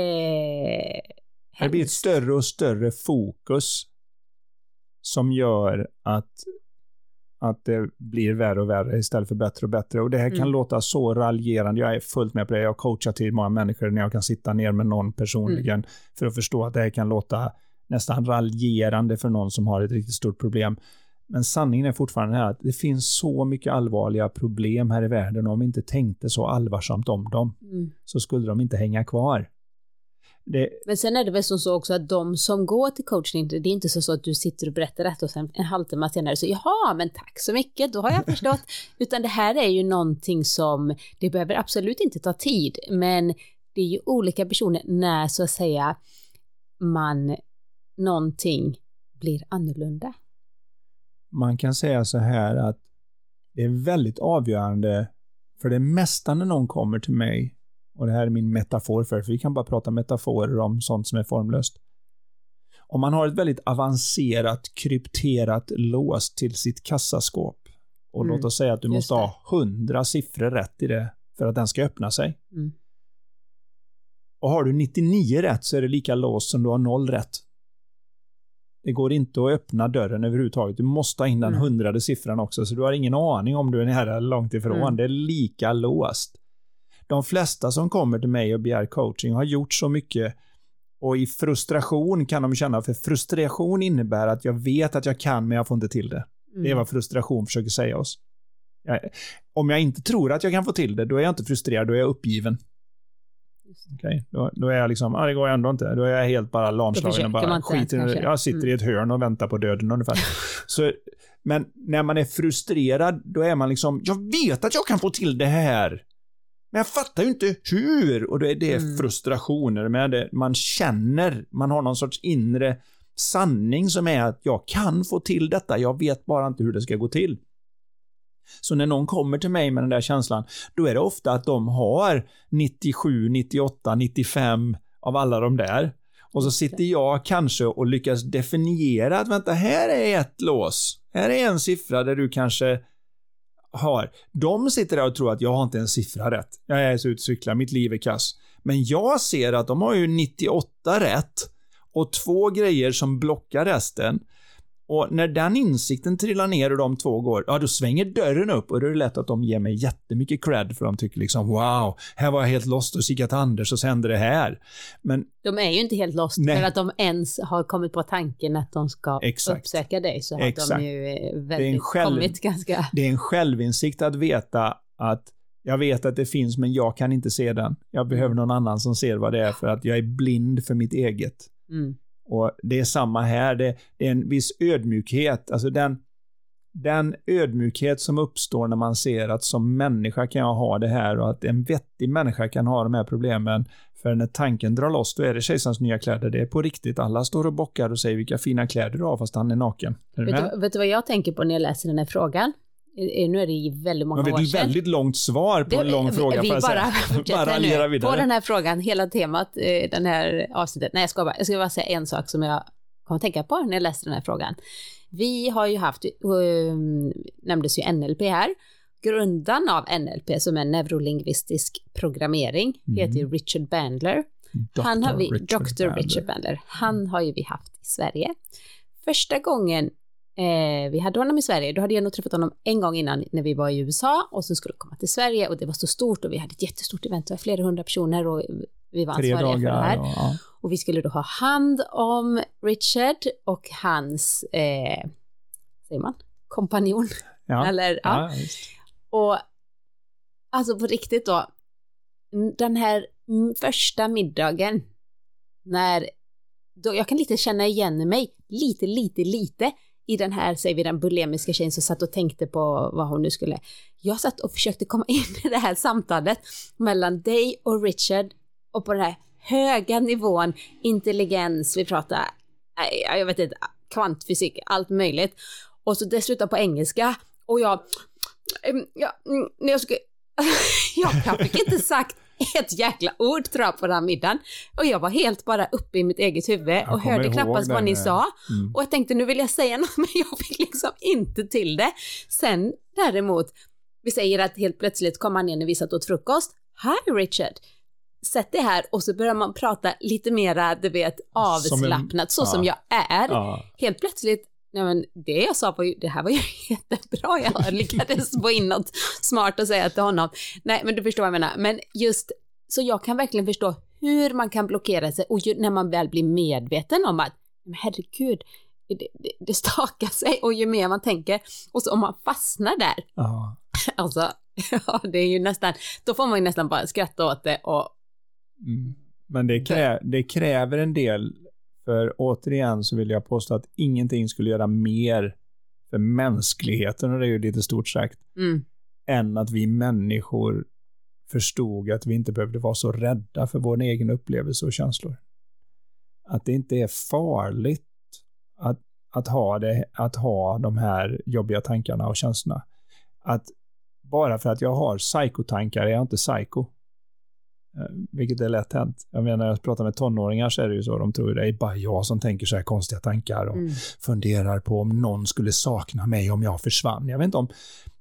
det blir ett större och större fokus som gör att att det blir värre och värre istället för bättre och bättre. Och det här kan mm. låta så raljerande. Jag är fullt med på det. Jag coachar till många människor när jag kan sitta ner med någon personligen mm. för att förstå att det här kan låta nästan raljerande för någon som har ett riktigt stort problem. Men sanningen är fortfarande här att det finns så mycket allvarliga problem här i världen, och om vi inte tänkte så allvarsamt om dem mm. så skulle de inte hänga kvar. Det... Men sen är det väl så också att de som går till coaching, det är inte så, så att du sitter och berättar rätt och sen en halvtimme senare så jaha, men tack så mycket, då har jag förstått. Utan det här är ju någonting som, det behöver absolut inte ta tid, men det är ju olika personer när så att säga man någonting blir annorlunda. Man kan säga så här att det är väldigt avgörande för det mesta när någon kommer till mig, och det här är min metafor för, för vi kan bara prata metaforer om sånt som är formlöst. Om man har ett väldigt avancerat, krypterat lås till sitt kassaskåp och mm. låt oss säga att du måste ha hundra siffror rätt i det för att den ska öppna sig. Mm. Och har du nittionio rätt så är det lika låst som du har noll rätt. Det går inte att öppna dörren överhuvudtaget. Du måste ha in den mm. hundrade siffran också. Så du har ingen aning om du är nära eller långt ifrån. Mm. Det är lika låst. De flesta som kommer till mig och begär coaching har gjort så mycket. Och i frustration kan de känna. För frustration innebär att jag vet att jag kan men jag får inte till det. Mm. Det är vad frustration försöker säga oss. Jag, om jag inte tror att jag kan få till det, då är jag inte frustrerad. Då är jag uppgiven. Okay. Då, då är jag liksom, ah, det går ändå inte. Då är jag helt bara lamslagen och bara skiter. Jag sitter mm. i ett hörn och väntar på döden ungefär. Så, men när man är frustrerad, då är man liksom, jag vet att jag kan få till det här. Men jag fattar ju inte hur. Och då är det mm. frustrationer med det. Man känner, man har någon sorts inre sanning som är att jag kan få till detta. Jag vet bara inte hur det ska gå till. Så när någon kommer till mig med den där känslan, då är det ofta att de har nittiosju, nittioåtta, nittiofem av alla de där. Och så sitter jag kanske och lyckas definiera att vänta, här är ett lås. Här är en siffra där du kanske har. De sitter där och tror att jag har inte en siffra rätt. Jag är så utcyklar, mitt liv är kass. Men jag ser att de har ju nittioåtta rätt och två grejer som blockar resten. Och när den insikten trillar ner och de två går, ja då svänger dörren upp och då är det lätt att de ger mig jättemycket cred för de tycker liksom wow, här var jag helt lost och kika till Anders och så hände det här. Men de är ju inte helt lost nej. För att de ens har kommit på tanken att de ska Exakt. uppsöka dig så har Exakt. de ju väldigt det är en själv, kommit ganska... Det är en självinsikt att veta att jag vet att det finns men jag kan inte se den. Jag behöver någon annan som ser vad det är för att jag är blind för mitt eget. Mm. Och det är samma här, det, det är en viss ödmjukhet, alltså den, den ödmjukhet som uppstår när man ser att som människa kan jag ha det här och att en vettig människa kan ha de här problemen, för när tanken drar loss då är det kejsarens nya kläder, det är på riktigt, alla står och bockar och säger vilka fina kläder du har fast han är naken. Är vet, du, vet du vad jag tänker på när jag läser den här frågan? Nu är det ju väldigt många år sedan. Det är ett väldigt långt svar på det, en lång fråga. Vi, vi bara fortsätter nu på den här frågan, hela temat, den här avsnittet. Nej, jag ska bara, jag ska bara säga en sak som jag kom att tänka på när jag läste den här frågan. Vi har ju haft, um, nämndes ju N L P här. Grundaren av N L P som är neurolingvistisk programmering mm. heter ju Richard Bandler. Han har vi, doktor Richard Bandler. Han har ju vi haft i Sverige. Första gången Eh, vi hade honom i Sverige, då hade jag nog träffat honom en gång innan när vi var i U S A och så skulle komma till Sverige och det var så stort och vi hade ett jättestort event, det var flera hundra personer och vi var ansvariga för det här. Ja. Och vi skulle då ha hand om Richard och hans eh, säger man, kompanjon. Ja. Eller, ja. Ja, och alltså på riktigt då, den här första middagen när då, jag kan lite känna igen mig lite, lite, lite i den här, säger vi, den bulimiska tjejen som satt och tänkte på vad hon nu skulle. Jag satt och försökte komma in i det här samtalet mellan dig och Richard och på den här höga nivån intelligens, vi pratar, jag vet inte, kvantfysik, allt möjligt. Och så dessutom på engelska och jag, ja, när jag skulle, jag fick inte sagt ett jäkla ord tror jag på den här middagen. Och jag var helt bara uppe i mitt eget huvud jag och hörde knappast vad ni sa. Mm. Och jag tänkte nu vill jag säga något men jag fick liksom inte till det. Sen däremot, vi säger att helt plötsligt kom han in när vi satt åt frukost. Hi Richard, sätt dig här och så börjar man prata lite mera, du vet, avslappnat som en, så ja. som jag är. Ja. Helt plötsligt, nej men det jag sa var ju, det här var ju jättebra, jag lyckades få in något smart att säga till honom. Nej men du förstår vad jag menar. Men just, så jag kan verkligen förstå hur man kan blockera sig och ju, när man väl blir medveten om att, men herregud, det, det, det stakar sig och ju mer man tänker och så om man fastnar där. Ja. Alltså, ja, det är ju nästan, då får man ju nästan bara skratta åt det och mm. Men det, krä, det kräver en del. För återigen så vill jag påstå att ingenting skulle göra mer för mänskligheten, och det är ju lite stort sagt, mm. än att vi människor förstod att vi inte behövde vara så rädda för vår egen upplevelse och känslor. Att det inte är farligt att, att, ha, det, att ha de här jobbiga tankarna och känslorna. Att bara för att jag har psykotankar är jag inte psyko. Vilket är lätt hänt. Jag menar, när jag pratar med tonåringar så är det ju så, de tror det är bara jag som tänker så här konstiga tankar och mm. funderar på om någon skulle sakna mig om jag försvann. Jag vet inte om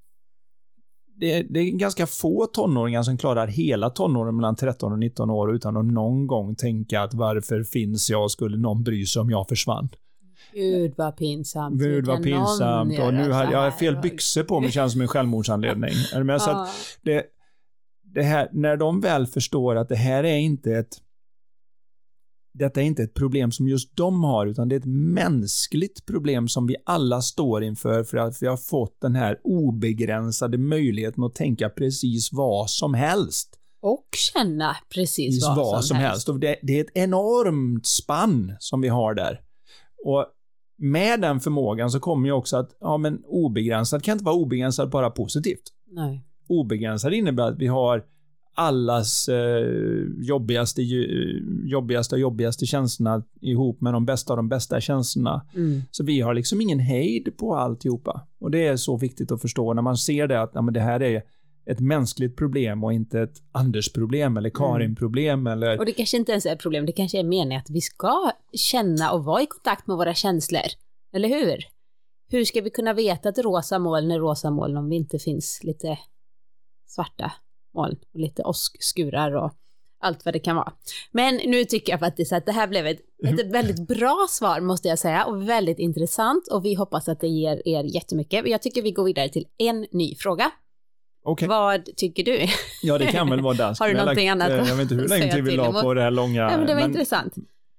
det är, det är ganska få tonåringar som klarar hela tonåren mellan tretton och nitton år utan att någon gång tänka att varför finns jag, skulle någon bry sig om jag försvann. Gud vad pinsamt. Gud vad pinsamt. Och nu har jag fel byxor på mig, känns som en självmordsanledning. Är det med? Så att det Det här, när de väl förstår att det här är inte ett detta är inte ett problem som just de har, utan det är ett mänskligt problem som vi alla står inför, för att vi har fått den här obegränsade möjligheten att tänka precis vad som helst. Och känna precis vad, vad som, som helst. helst. Och det, det är ett enormt spann som vi har där. Och med den förmågan så kommer ju också att ja, men obegränsad kan inte vara obegränsad bara positivt. Nej. Obegränsad innebär att vi har allas eh, jobbigaste, jobbigaste och jobbigaste känslorna ihop med de bästa av de bästa känslorna. Mm. Så vi har liksom ingen hejd på alltihopa. Och det är så viktigt att förstå när man ser det, att ja, men det här är ett mänskligt problem och inte ett Anders-problem eller Karin-problem. Mm. Eller... Och det kanske inte ens är ett problem, det kanske är meningen att vi ska känna och vara i kontakt med våra känslor. Eller hur? Hur ska vi kunna veta att rosa moln är rosa moln om vi inte finns lite svarta moln och lite åskskurar och allt vad det kan vara. Men nu tycker jag faktiskt att det här blev ett, ett väldigt bra svar måste jag säga och väldigt intressant och vi hoppas att det ger er jättemycket. Jag tycker vi går vidare till en ny fråga. Okay. Vad tycker du? Ja, det kan väl vara dags. Har du någonting lagt, annat? Jag vet inte hur länge till vi la på det här långa. Ja, men det var men... intressant.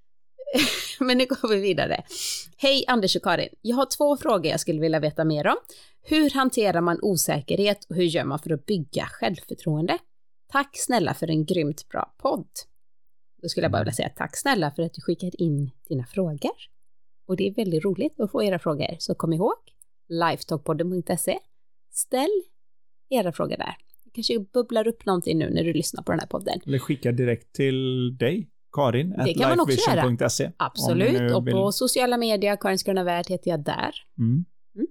Men nu går vi vidare. Hej Anders och Karin. Jag har två frågor jag skulle vilja veta mer om. Hur hanterar man osäkerhet och hur gör man för att bygga självförtroende? Tack snälla för en grymt bra podd. Då skulle jag bara vilja säga tack snälla för att du skickar in dina frågor. Och det är väldigt roligt att få era frågor. Så kom ihåg, lifetalkpodden punkt se. Ställ era frågor där. Det kanske bubblar upp någonting nu när du lyssnar på den här podden. Eller skicka direkt till dig, Karin. Det kan man också göra. punkt se. Absolut. Och på sociala medier, Karins gröna värld heter jag där. Mm. Mm.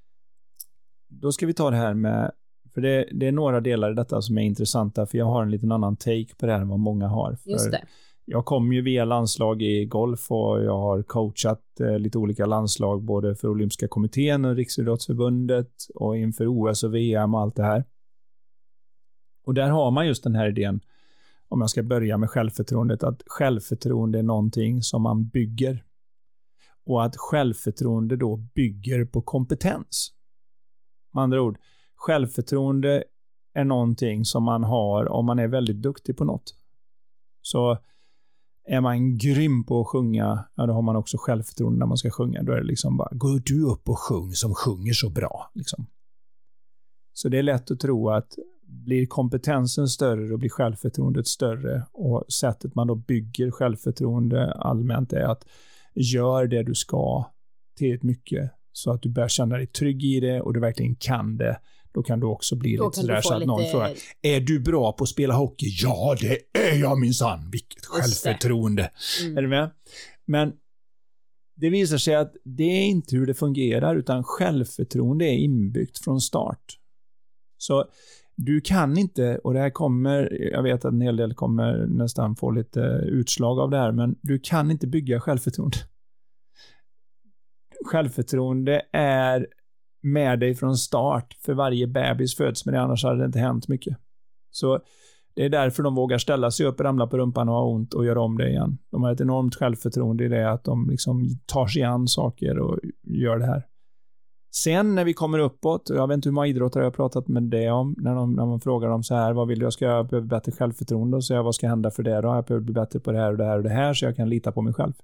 Då ska vi ta det här med, för det, det är några delar i detta som är intressanta, för jag har en liten annan take på det här än vad många har. För Just det. Jag kom ju via landslag i golf och jag har coachat eh, lite olika landslag både för Olympiska kommittén och Riksidrottsförbundet och inför O S och V M och allt det här. Och där har man just den här idén, om jag ska börja med självförtroendet, att självförtroende är någonting som man bygger. Och att självförtroende då bygger på kompetens. Med andra ord, självförtroende är någonting som man har om man är väldigt duktig på något. Så är man grym på att sjunga, ja då har man också självförtroende när man ska sjunga. Då är det liksom bara, går du upp och sjung som sjunger så bra. Liksom. Så det är lätt att tro att blir kompetensen större och blir självförtroendet större, och sättet man då bygger självförtroende allmänt är att gör det du ska till mycket så att du börjar känna dig trygg i det och du verkligen kan det. Då kan du också bli då lite sådär så att lite... någon frågar, är du bra på att spela hockey? Ja, det är jag minsann. Vilket självförtroende. Mm. Är du med? Men det visar sig att det är inte hur det fungerar, utan självförtroende är inbyggt från start. Så du kan inte, och det här kommer, jag vet att en hel del kommer nästan få lite utslag av det här, men du kan inte bygga självförtroende. Självförtroende är med dig från start, för varje bebis föds med det, annars hade det inte hänt mycket. Så det är därför de vågar ställa sig upp, ramla på rumpan och ha ont och göra om det igen. De har ett enormt självförtroende i det, att de liksom tar sig an saker och gör det här. Sen när vi kommer uppåt, och jag vet inte hur många idrottare jag har pratat med det om, när, de, när man frågar dem så här, vad vill jag, ska jag behöva bättre självförtroende, och så jag, vad ska hända för det då? Jag behöver bli bättre på det här och det här och det här så jag kan lita på mig själv.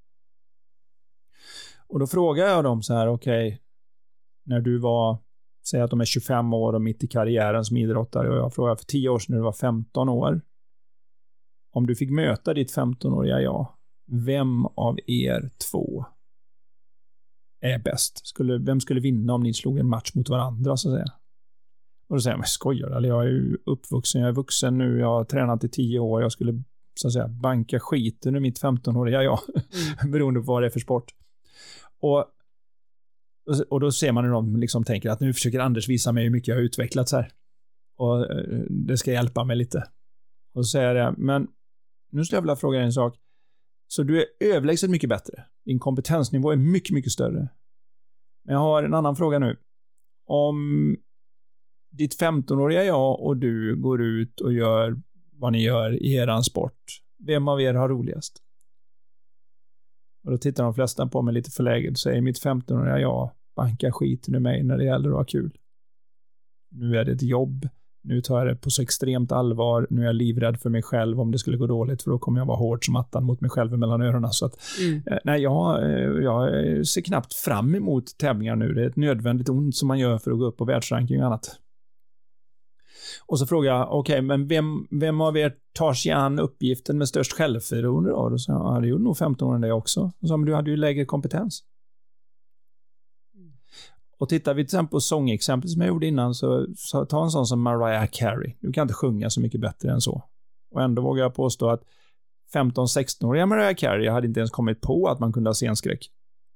Och då frågar jag dem så här, okej, okay, när du var, säg att de är tjugofem år och mitt i karriären som idrottare, och jag frågar för tio år sedan när du var femton år, om du fick möta ditt femton-åriga jag, vem av er två är bäst? Skulle, vem skulle vinna om ni slog en match mot varandra, så att säga? Och då säger jag, men skojar, eller jag är ju uppvuxen, jag är vuxen nu, jag har tränat i tio år, jag skulle så att säga banka skiten ur mitt femton-åriga jag, mm. beroende på vad det är för sport. Och, och då ser man hur de liksom tänker att nu försöker Anders visa mig hur mycket jag har utvecklats här. Och det ska hjälpa mig lite. Och så säger jag, men nu skulle jag vilja fråga en sak. Så du är överlägset mycket bättre. Din kompetensnivå är mycket, mycket större. Men jag har en annan fråga nu. Om ditt femton-åriga jag och du går ut och gör vad ni gör i eran sport, vem av er har roligast? Och då tittar de flesta på mig lite förläget och säger, mitt femton-åriga jag bankar skiten ur mig när det gäller att ha kul. Nu är det ett jobb. Nu tar jag det på så extremt allvar. Nu är jag livrädd för mig själv om det skulle gå dåligt, för då kommer jag vara hård som attan mot mig själv mellan öronen. Så att, mm. eh, nej, jag, eh, jag ser knappt fram emot tävlingar nu. Det är ett nödvändigt ont som man gör för att gå upp på världsranking och annat. Och så frågar jag, okej, okay, men vem, vem av er tar sig an uppgiften med störst självförtroende då? Och så sa jag, det gjorde nog femton år det också. Och så, men du hade ju lägre kompetens. Mm. Och tittar vi till exempel på sångexempel som jag gjorde innan, så, så ta en sån som Mariah Carey. Du kan inte sjunga så mycket bättre än så. Och ändå vågar jag påstå att femton-sexton-åriga Mariah Carey hade inte ens kommit på att man kunde ha scenskräck.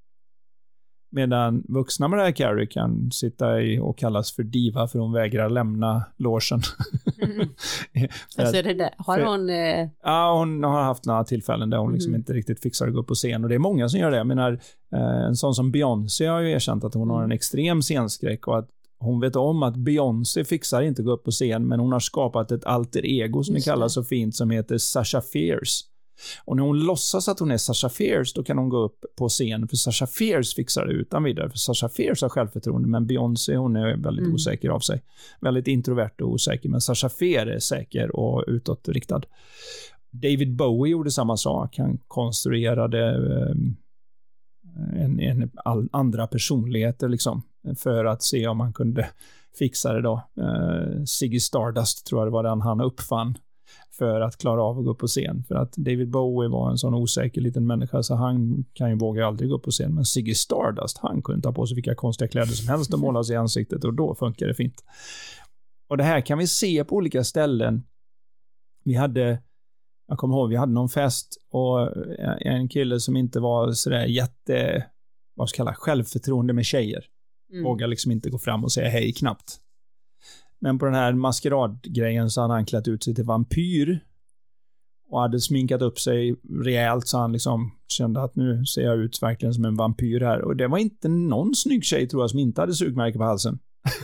Medan vuxna Mariah Carey kan sitta i och kallas för diva för hon vägrar lämna logen. Mm. Alltså är det där. Har för, hon... Eh... Ja, hon har haft några tillfällen där hon liksom mm. inte riktigt fixar att gå upp på scen. Och det är många som gör det. Jag menar, eh, en sån som Beyoncé har ju erkänt att hon mm. har en extrem scenskräck och att hon vet om att Beyoncé fixar inte gå upp på scen, men hon har skapat ett alter ego som det kallas så fint, som heter Sasha Fierce. Och när hon låtsas att hon är Sasha Fierce, då kan hon gå upp på scen, för Sasha Fierce fixar det utan vidare, för Sasha Fierce har självförtroende, men Beyoncé, hon är väldigt mm. osäker av sig. Väldigt introvert och osäker, men Sasha Fierce är säker och utåtriktad. David Bowie gjorde samma sak. Han konstruerade um, en, en all, andra personligheter liksom, för att se om man kunde fixa det då. Uh, Ziggy Stardust tror jag det var den han uppfann för att klara av att gå upp på scen. För att David Bowie var en sån osäker liten människa, så han kan ju våga aldrig gå upp på scen. Men Ziggy Stardust, han kunde ta på sig vilka konstiga kläder som helst och måla sig i ansiktet, och då funkar det fint. Och det här kan vi se på olika ställen. Vi hade, jag kommer ihåg, vi hade någon fest och en kille som inte var sådär jätte, vad ska jag kalla, självförtroende med tjejer. Mm. Vågar liksom inte gå fram och säga hej knappt. Men på den här maskeradgrejen så hade han klätt ut sig till vampyr och hade sminkat upp sig rejält, så han liksom kände att nu ser jag ut verkligen som en vampyr här. Och det var inte någon snygg tjej, tror jag, som inte hade sugmärke på halsen.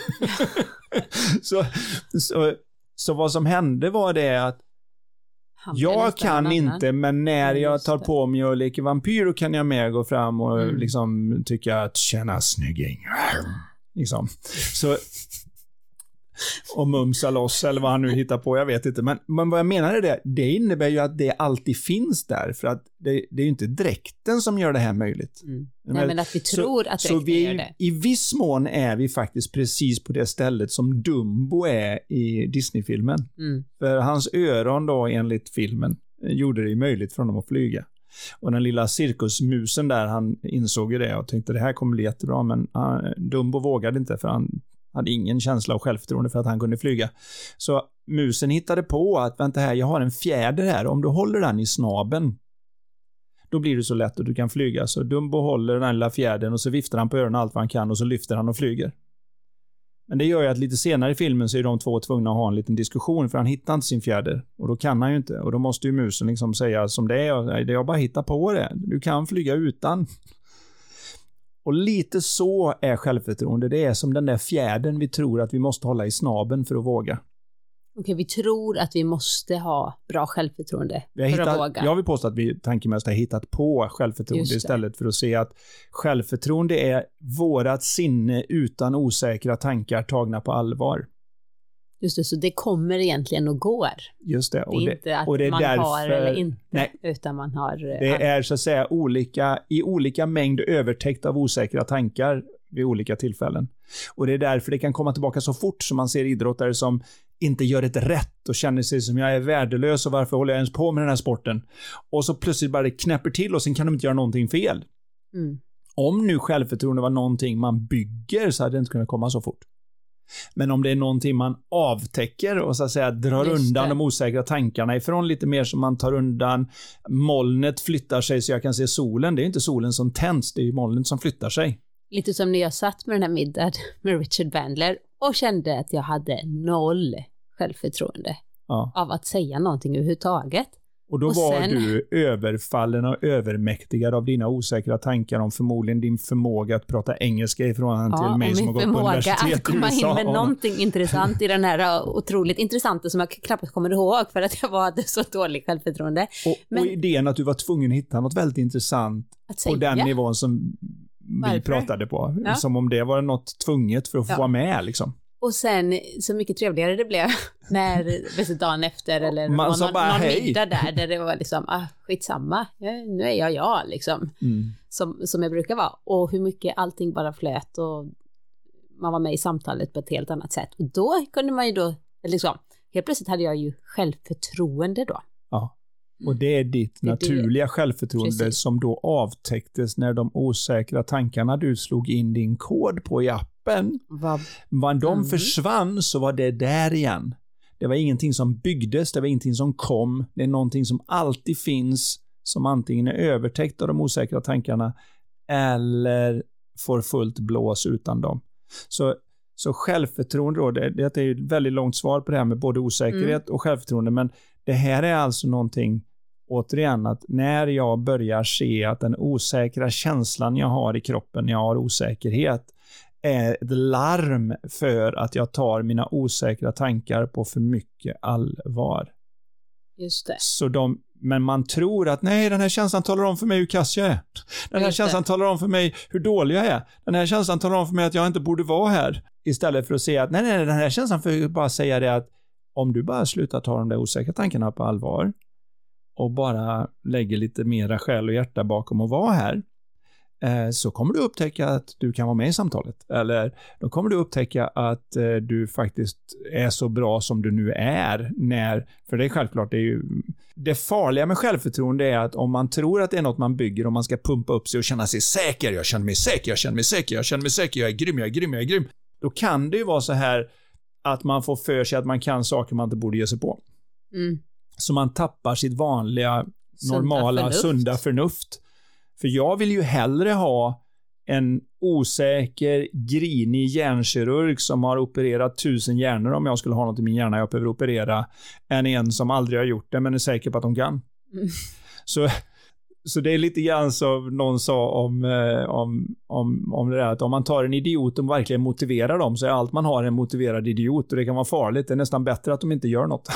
så, så, så vad som hände var det att jag kan inte, men när jag tar på mig och leker vampyr, då kan jag med gå fram och mm. liksom tycka att känna snygging. Liksom. Så och mumsa loss eller vad han nu hittar på, jag vet inte. Men, men vad jag menar är det, det innebär ju att det alltid finns där, för att det, det är ju inte dräkten som gör det här möjligt. Mm. Nej, men att vi tror så, att dräkten så vi, gör det. I viss mån är vi faktiskt precis på det stället som Dumbo är i Disney-filmen. Mm. För hans öron då, enligt filmen, gjorde det möjligt för honom att flyga. Och den lilla cirkusmusen där, han insåg ju det och tänkte det här kommer bli jättebra, men uh, Dumbo vågade inte, för han hade ingen känsla av självförtroende för att han kunde flyga. Så musen hittade på att vänta här, jag har en fjäder här. Om du håller den i snaben, då blir det så lätt att du kan flyga. Så Dumbo håller den lilla fjädern och så viftar han på öronen allt vad han kan och så lyfter han och flyger. Men det gör ju att lite senare i filmen så är de två tvungna att ha en liten diskussion, för han hittar inte sin fjäder. Och då kan han ju inte. Och då måste ju musen liksom säga som det är. Det är bara hitta på det. Du kan flyga utan. Och lite så är självförtroende. Det är som den där fjädern vi tror att vi måste hålla i snaben för att våga. Okej, vi tror att vi måste ha bra självförtroende för hittat, att våga. Jag vill påstå att vi tankemässigt har hittat på självförtroende istället för att se att självförtroende är vårat sinne utan osäkra tankar tagna på allvar. Just det, så det kommer egentligen och går. Just det. Och det är det, inte att och det är man därför, har eller inte, nej, utan man har... Det är så att säga olika, i olika mängd övertäckt av osäkra tankar vid olika tillfällen. Och det är därför det kan komma tillbaka så fort som man ser idrottare som inte gör ett rätt och känner sig som jag är värdelös och varför håller jag ens på med den här sporten? Och så plötsligt bara det knäpper till och sen kan de inte göra någonting fel. Mm. Om nu självförtroende var någonting man bygger så hade det inte kunnat komma så fort. Men om det är någonting man avtäcker och så att säga drar Just undan det. de osäkra tankarna ifrån, lite mer som man tar undan molnet flyttar sig så jag kan se solen. Det är inte solen som tänds, det är molnet som flyttar sig. Lite som när jag satt med den här middagen med Richard Bandler och kände att jag hade noll självförtroende ja. av att säga någonting överhuvudtaget. Och då och var sen... du överfallen och övermäktigad av dina osäkra tankar om förmodligen din förmåga att prata engelska ifrån ja, till mig som har gått på universitet i U S A. Att komma in med någonting intressant i den här otroligt intressanta som jag knappt kommer ihåg för att jag var så dålig självförtroende. Och, Men... och idén att du var tvungen att hitta något väldigt intressant på den nivån som Varför? vi pratade på. Ja. Som om det var något tvunget för att få ja. vara med liksom. Och sen så mycket trevligare det blev när dagen efter eller man någon, bara, någon hej. middag där, där det var liksom, ah, skitsamma, ja, nu är jag jag liksom, mm. som, som jag brukar vara. Och hur mycket allting bara flöt och man var med i samtalet på ett helt annat sätt. Och då kunde man ju då, liksom, helt plötsligt hade jag ju självförtroende då. Ja. Och det är ditt det naturliga det. självförtroende Precis. som då avtäcktes när de osäkra tankarna du slog in din kod på i appen. Vad När de mm. försvann så var det där igen. Det var ingenting som byggdes, det var ingenting som kom. Det är någonting som alltid finns som antingen är övertäckt av de osäkra tankarna eller får fullt blås utan dem. Så, så självförtroende då, det, det är ju ett väldigt långt svar på det här med både osäkerhet mm. och självförtroende, men det här är alltså någonting, återigen, att när jag börjar se att den osäkra känslan jag har i kroppen när jag har osäkerhet är ett larm för att jag tar mina osäkra tankar på för mycket allvar. Just det. Så de, men man tror att nej, den här känslan talar om för mig hur kass jag är. Den här Just känslan det. talar om för mig hur dålig jag är. Den här känslan talar om för mig att jag inte borde vara här. Istället för att säga att nej, nej, den här känslan för att bara säga det att om du bara slutar ta de där osäkra tankarna på allvar och bara lägger lite mera själ och hjärta bakom att vara här, eh, så kommer du upptäcka att du kan vara med i samtalet. Eller då kommer du upptäcka att eh, du faktiskt är så bra som du nu är. När, för det är självklart, det är ju det farliga med självförtroende är att om man tror att det är något man bygger och man ska pumpa upp sig och känna sig säker, jag känner mig säker, jag känner mig säker, jag känner mig säker, jag är grym, jag är grym, jag är grym. Då kan det ju vara så här att man får för sig att man kan saker man inte borde ge sig på. Mm. Så man tappar sitt vanliga, Sunda normala, förnuft. sunda förnuft. För jag vill ju hellre ha en osäker, grinig hjärnkirurg som har opererat tusen hjärnor om jag skulle ha något i min hjärna jag behöver operera, än en som aldrig har gjort det men är säker på att de kan. Mm. Så, så det är lite grann som någon sa om, eh, om, om, om det där att om man tar en idiot och verkligen motiverar dem så är allt man har en motiverad idiot och det kan vara farligt. Det är nästan bättre att de inte gör något.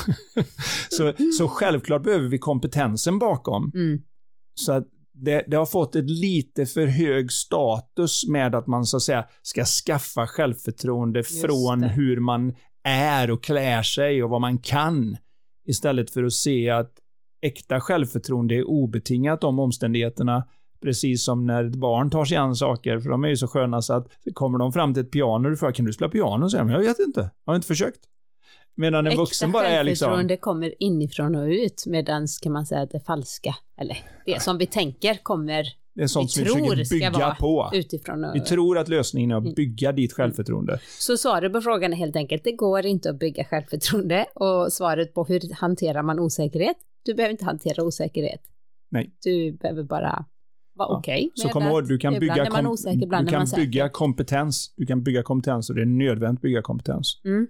så, så självklart behöver vi kompetensen bakom. Mm. Så att det, det har fått ett lite för hög status med att man så att säga ska skaffa självförtroende Just från det. hur man är och klär sig och vad man kan. Istället för att se att äkta självförtroende är obetingat om omständigheterna, precis som när ett barn tar sig an saker, för de är ju så sköna så att kommer de fram till ett piano och du frågar, kan du spela piano? Så jag, men jag vet inte, jag har inte försökt. Medan en vuxen bara är liksom... självförtroende kommer inifrån och ut, medan kan man säga att det falska, eller det som vi tänker kommer, det är sånt vi som vi tror försöker bygga ska vara på. utifrån och Vi tror att lösningen är att bygga ditt självförtroende. Så svaret på frågan är helt enkelt, det går inte att bygga självförtroende, och svaret på hur hanterar man osäkerhet, du behöver inte hantera osäkerhet. Nej. Du behöver bara vara Ja. okej. Okay så kom ihåg, du kan bygga, är man osäker, kom, du kan bygga kompetens. Du kan bygga kompetens och det är nödvändigt att bygga kompetens. Mm.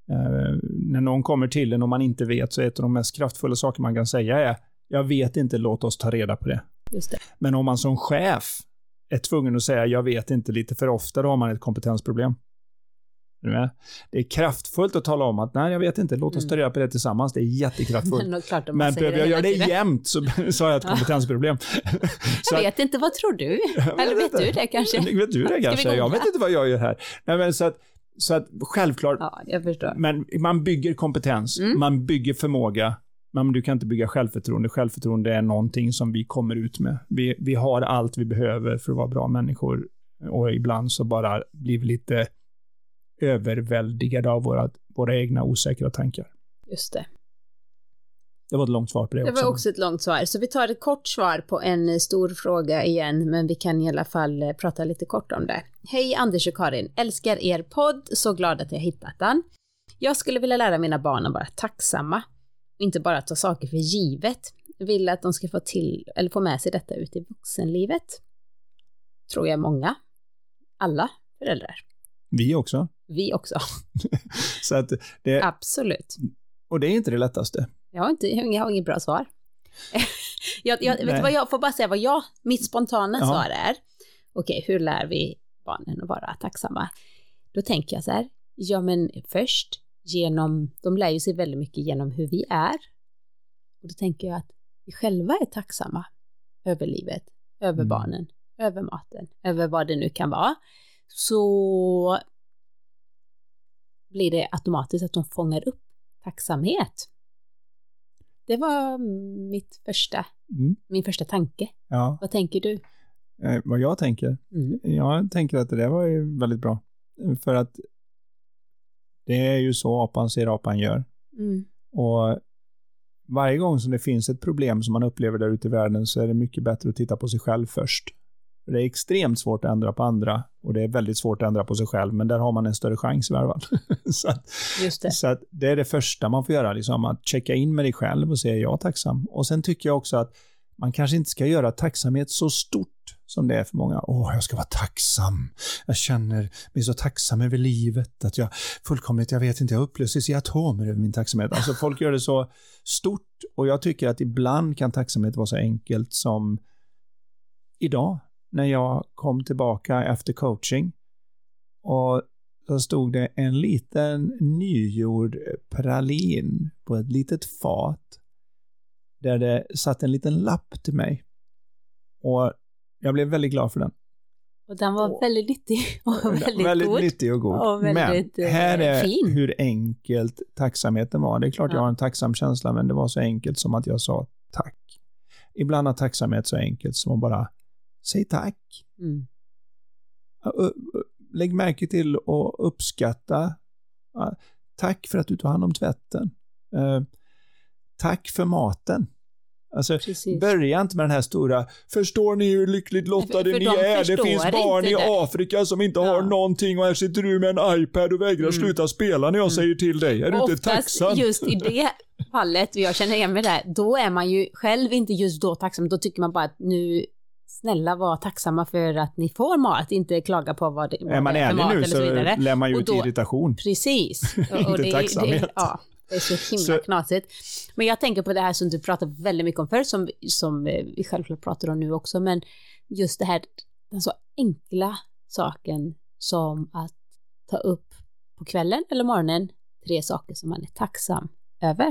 Uh, när någon kommer till en och man inte vet, så är ett av de mest kraftfulla saker man kan säga är, jag vet inte, låt oss ta reda på det. Just det. Men om man som chef är tvungen att säga jag vet inte lite för ofta, då har man ett kompetensproblem. Det är kraftfullt att tala om att nej, jag vet inte, låt oss ta reda på det tillsammans. Det är jättekraftfullt. Men, klart, Men behöver jag göra det jämt så, så har jag ett kompetensproblem. så jag vet inte, vad tror du? Eller vet inte. du det kanske? Vet du det kanske? Jag vet inte vad jag gör här. Nej, men så att, så att självklart, ja, jag förstår. Men man bygger kompetens, mm. man bygger förmåga, men du kan inte bygga självförtroende. Självförtroende är någonting som vi kommer ut med. Vi, vi har allt vi behöver för att vara bra människor, och ibland så bara blir vi lite överväldigade av våra, våra egna osäkra tankar. Just det. Det var ett långt svar på det, det också. Det var också ett långt svar. Så vi tar ett kort svar på en stor fråga igen, men vi kan i alla fall prata lite kort om det. Hej Anders och Karin, älskar er podd, så glad att jag hittat den. Jag skulle vilja lära mina barn att vara tacksamma, inte bara ta saker för givet. Jag vill att de ska få till eller få med sig detta ut i vuxenlivet. Tror jag många. Alla föräldrar. Vi också. Vi också. Så att det, absolut. Och det är inte det lättaste. Jag har, inte, jag har inget bra svar. jag, jag, vet du vad, jag får bara säga vad jag, mitt spontana ja. svar är. Okej, hur lär vi barnen att vara tacksamma? Då tänker jag så här, ja men först genom, de lär ju sig väldigt mycket genom hur vi är. Och då tänker jag att vi själva är tacksamma över livet, över mm. barnen, över maten, över vad det nu kan vara. Så blir det automatiskt att de fångar upp tacksamhet. Det var mitt första, mm. min första tanke. Ja. Vad tänker du? Eh, vad jag tänker? Mm. Jag tänker att det där var ju väldigt bra. För att det är ju så apan ser apan gör. Mm. Och varje gång som det finns ett problem som man upplever där ute i världen, så är det mycket bättre att titta på sig själv först. Det är extremt svårt att ändra på andra, och det är väldigt svårt att ändra på sig själv, men där har man en större chans i varje fall. så att, Just det. Så att det är det första man får göra, liksom, att checka in med dig själv och säga jag är tacksam. Och sen tycker jag också att man kanske inte ska göra tacksamhet så stort som det är för många. Åh, jag ska vara tacksam. Jag känner mig så tacksam över livet att jag fullkomligt, jag vet inte, jag upplöses i atomer över min tacksamhet. Alltså folk gör det så stort, och jag tycker att ibland kan tacksamhet vara så enkelt som idag när jag kom tillbaka efter coaching Och så stod det en liten nygjord pralin på ett litet fat där det satt en liten lapp till mig. Och jag blev väldigt glad för den. Och den var och, väldigt nyttig och väldigt, väldigt god. nyttig och god. Och väldigt men här är fin. Hur enkelt tacksamheten var. Det är klart ja. jag har en tacksam känsla, men det var så enkelt som att jag sa tack. Ibland är tacksamhet så enkelt som att bara säga tack. Mm. Lägg märke till och uppskatta. Tack för att du tog hand om tvätten. Tack för maten. Alltså, Precis. Börja inte med den här stora, förstår ni hur lyckligt lottade för, för ni de är? Det finns barn i det. Afrika som inte ja. har någonting och här sitter du med en iPad och vägrar mm. sluta spela när jag mm. säger till dig. Är du inte tacksam? Just i det fallet, jag känner igen mig där, då är man ju själv inte just då tacksam. Då tycker man bara att nu, snälla var tacksamma för att ni får mat, inte klaga på vad det, vad är man det är för ärlig mat nu eller så, så vidare. lär man ju och ut då, irritation. Precis. Och, inte det, tacksamhet. Det, ja. Det är så himla så. knasigt. Men jag tänker på det här som du pratar väldigt mycket om förr, som, som vi självklart pratar om nu också, men just det här, den så enkla saken som att ta upp på kvällen eller morgonen tre saker som man är tacksam över.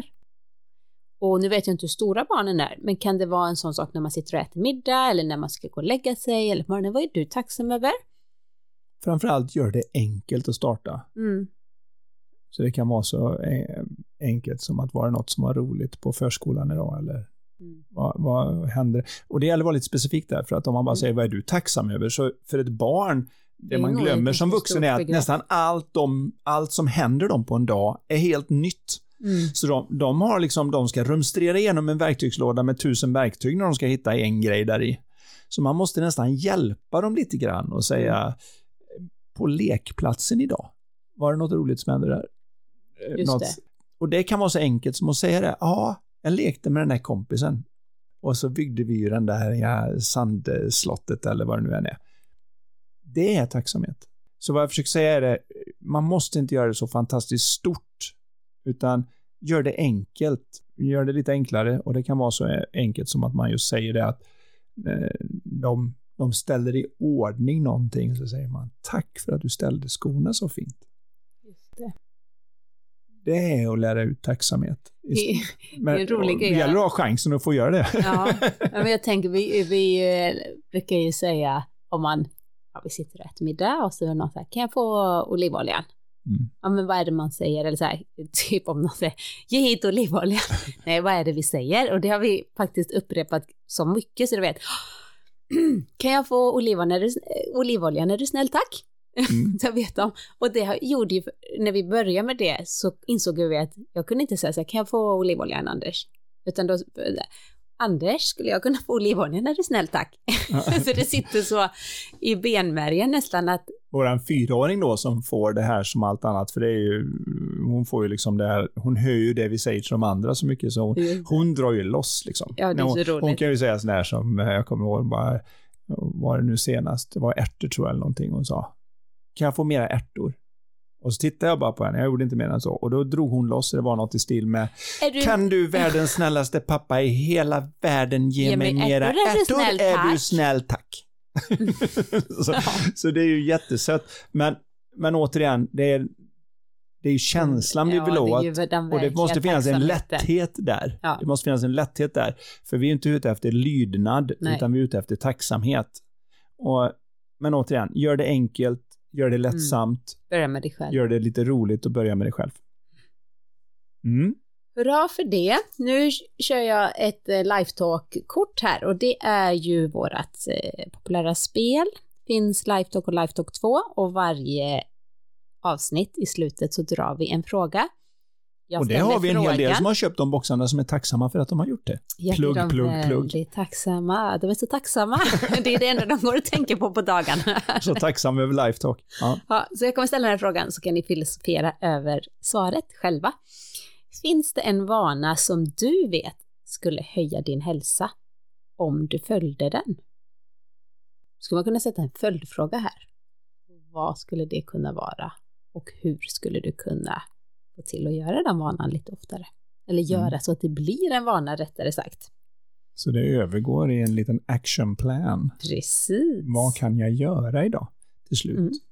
Och nu vet jag inte hur stora barnen är, men kan det vara en sån sak när man sitter och äter middag eller när man ska gå och lägga sig eller på morgonen, vad är du tacksam över? Framförallt gör det enkelt att starta. Mm. Så det kan vara så enkelt som att vara något som var roligt på förskolan idag eller mm. vad, vad händer. Och det gäller att vara lite specifikt där, för att om man bara mm. säger vad är du tacksam över, så för ett barn, det, det man glömmer som vuxen är att begrepp. nästan allt, de, allt som händer dem på en dag är helt nytt. Mm. Så de, de har liksom, de ska rumstrera igenom en verktygslåda med tusen verktyg när de ska hitta en grej där i. Så man måste nästan hjälpa dem lite grann och säga mm. på lekplatsen idag, var det något roligt som hände där? Just något, det. Och det kan vara så enkelt som att säga det. Ja, jag lekte med den här kompisen. Och så byggde vi ju den där ja, sandslottet eller vad det nu än är. Det är tacksamhet. Så vad jag försöker säga är det, man måste inte göra det så fantastiskt stort, utan gör det enkelt. Gör det lite enklare, och det kan vara så enkelt som att man just säger det att eh, de, de ställer i ordning någonting, så säger man tack för att du ställde skorna så fint. Just det. Det är att lära ut tacksamhet. Det, men, det är en rolig grej. Det gäller att ha chansen att få göra det. Ja, men jag tänker, vi, vi brukar ju säga om man, ja, vi sitter och äter middag och så är det någon så här, kan jag få olivoljan? Mm. Ja, men vad är det man säger? Eller så här, typ om någon säger, ge hit olivoljan. Nej, vad är det vi säger? Och det har vi faktiskt upprepat så mycket så du vet. Kan jag få olivoljan när du, olivoljan när du snäll, tack? Mm. Så jag vet om. Och det gjorde ju, när vi började med det så insåg vi att jag kunde inte säga så här, kan jag få olivoljan, Anders? Utan då, Anders, skulle jag kunna få olivoljan när du snäll, tack? Ja. Så det sitter så i benmärgen nästan att våran fyraåring då som får det här som allt annat, för det är ju, hon får ju liksom det här, hon hör ju det vi säger till de andra så mycket så hon, mm. hon drar ju loss liksom. Ja, det är så hon, roligt. Hon kan ju säga sådär som, jag kommer ihåg bara, var det nu senast, det var ärtor tror jag eller någonting hon sa. Kan jag få mera ärtor? Och så tittade jag bara på henne, jag gjorde inte mer än så. Och då drog hon loss, det var något i stil med du... Kan du, världens snällaste pappa i hela världen, ge, ge mig, mig mera ärtor? Är du snäll, är du snäll, tack. så, ja. så det är ju jättesött. Men, men återigen, det är, det är ju känslan vi vill åt. Och det måste finnas en lätthet där. Ja. Det måste finnas en lätthet där. För vi är inte ute efter lydnad, Nej. utan vi är ute efter tacksamhet. Och, men återigen, gör det enkelt. Gör det lättsamt. Mm. Börja med dig själv. Gör det lite roligt och börja med dig själv. Mm. Hurra för det. Nu kör jag ett Lifetalk-kort här. Och det är ju vårat eh, populära spel. Finns Lifetalk och Lifetalk två. Och varje avsnitt i slutet så drar vi en fråga. Jag och det har vi en frågan. Hel del som har köpt de boxarna som är tacksamma för att de har gjort det. Plugg, plugg, plugg, plugg. De är tacksamma. De är så tacksamma. Det är det enda de går att tänka på på dagarna. Så tacksam över Lifetalk. Ja. Ja, så jag kommer ställa den här frågan så kan ni filosofera över svaret själva. Finns det en vana som du vet skulle höja din hälsa om du följde den? Skulle man kunna sätta en följdfråga här? Vad skulle det kunna vara? Och hur skulle du kunna få till att göra den vanan lite oftare? Eller göra mm. så att det blir en vana, rättare sagt. Så det övergår i en liten actionplan. Precis. Vad kan jag göra idag till slut? Mm.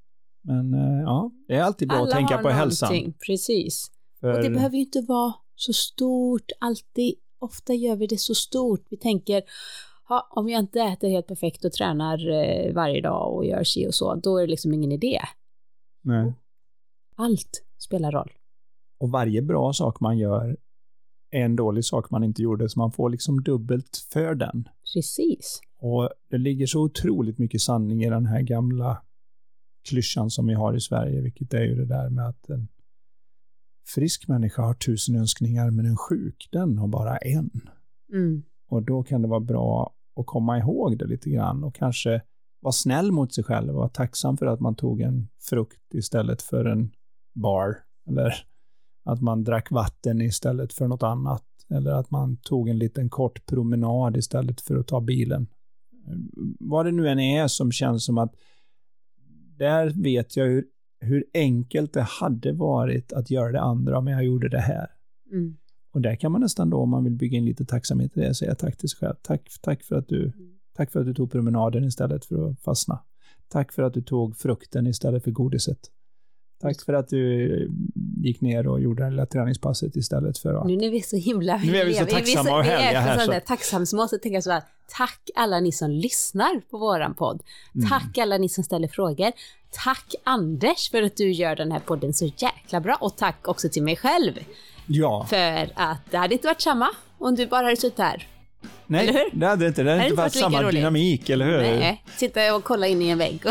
Men ja, det är alltid bra Alla att tänka har på någonting. hälsan. Precis. För... Och det behöver ju inte vara så stort. Alltid, ofta gör vi det så stort. Vi tänker, ja, om jag inte äter helt perfekt och tränar eh, varje dag och gör sig och så, då är det liksom ingen idé. Nej. Allt spelar roll. Och varje bra sak man gör är en dålig sak man inte gjorde, så man får liksom dubbelt för den. Precis. Och det ligger så otroligt mycket sanning i den här gamla klyschan som vi har i Sverige, vilket är ju det där med att en frisk människa har tusen önskningar, men en sjuk, den har bara en. Mm. Och då kan det vara bra att komma ihåg det lite grann och kanske vara snäll mot sig själv och vara tacksam för att man tog en frukt istället för en bar, eller att man drack vatten istället för något annat, eller att man tog en liten kort promenad istället för att ta bilen. Vad det nu än är som känns som att där vet jag hur, hur enkelt det hade varit att göra det andra om jag gjorde det här. Mm. Och där kan man nästan då, om man vill bygga in lite tacksamhet i det, säga tack till sig själv. Tack, tack, för att du, mm. tack för att du tog promenaden istället för att fastna. Tack för att du tog frukten istället för godiset. Tack för att du gick ner och gjorde det lilla träningspasset istället för att... Nu är vi så himla... Nu är vi så tacksamma och härliga här. Vi är så tacksamhetsmåste, tänker jag så här, tack alla ni som lyssnar på våran podd. Tack mm. alla ni som ställer frågor. Tack Anders för att du gör den här podden så jäkla bra. Och tack också till mig själv. Ja. För att det hade inte varit samma om du bara hade suttit här. Nej, eller hur? Det hade inte. Det hade, det hade inte varit samma roligt. Dynamik, eller hur? Nej, sitta och kolla in i en vägg.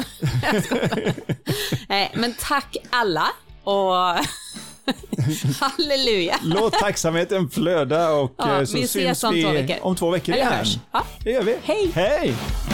Nej, men tack alla och halleluja. Låt tacksamheten flöda och ja, så vi syns ses om vi två veckor. om två veckor eller igen. Hörs. Ja. Det gör vi. Hej. Hej.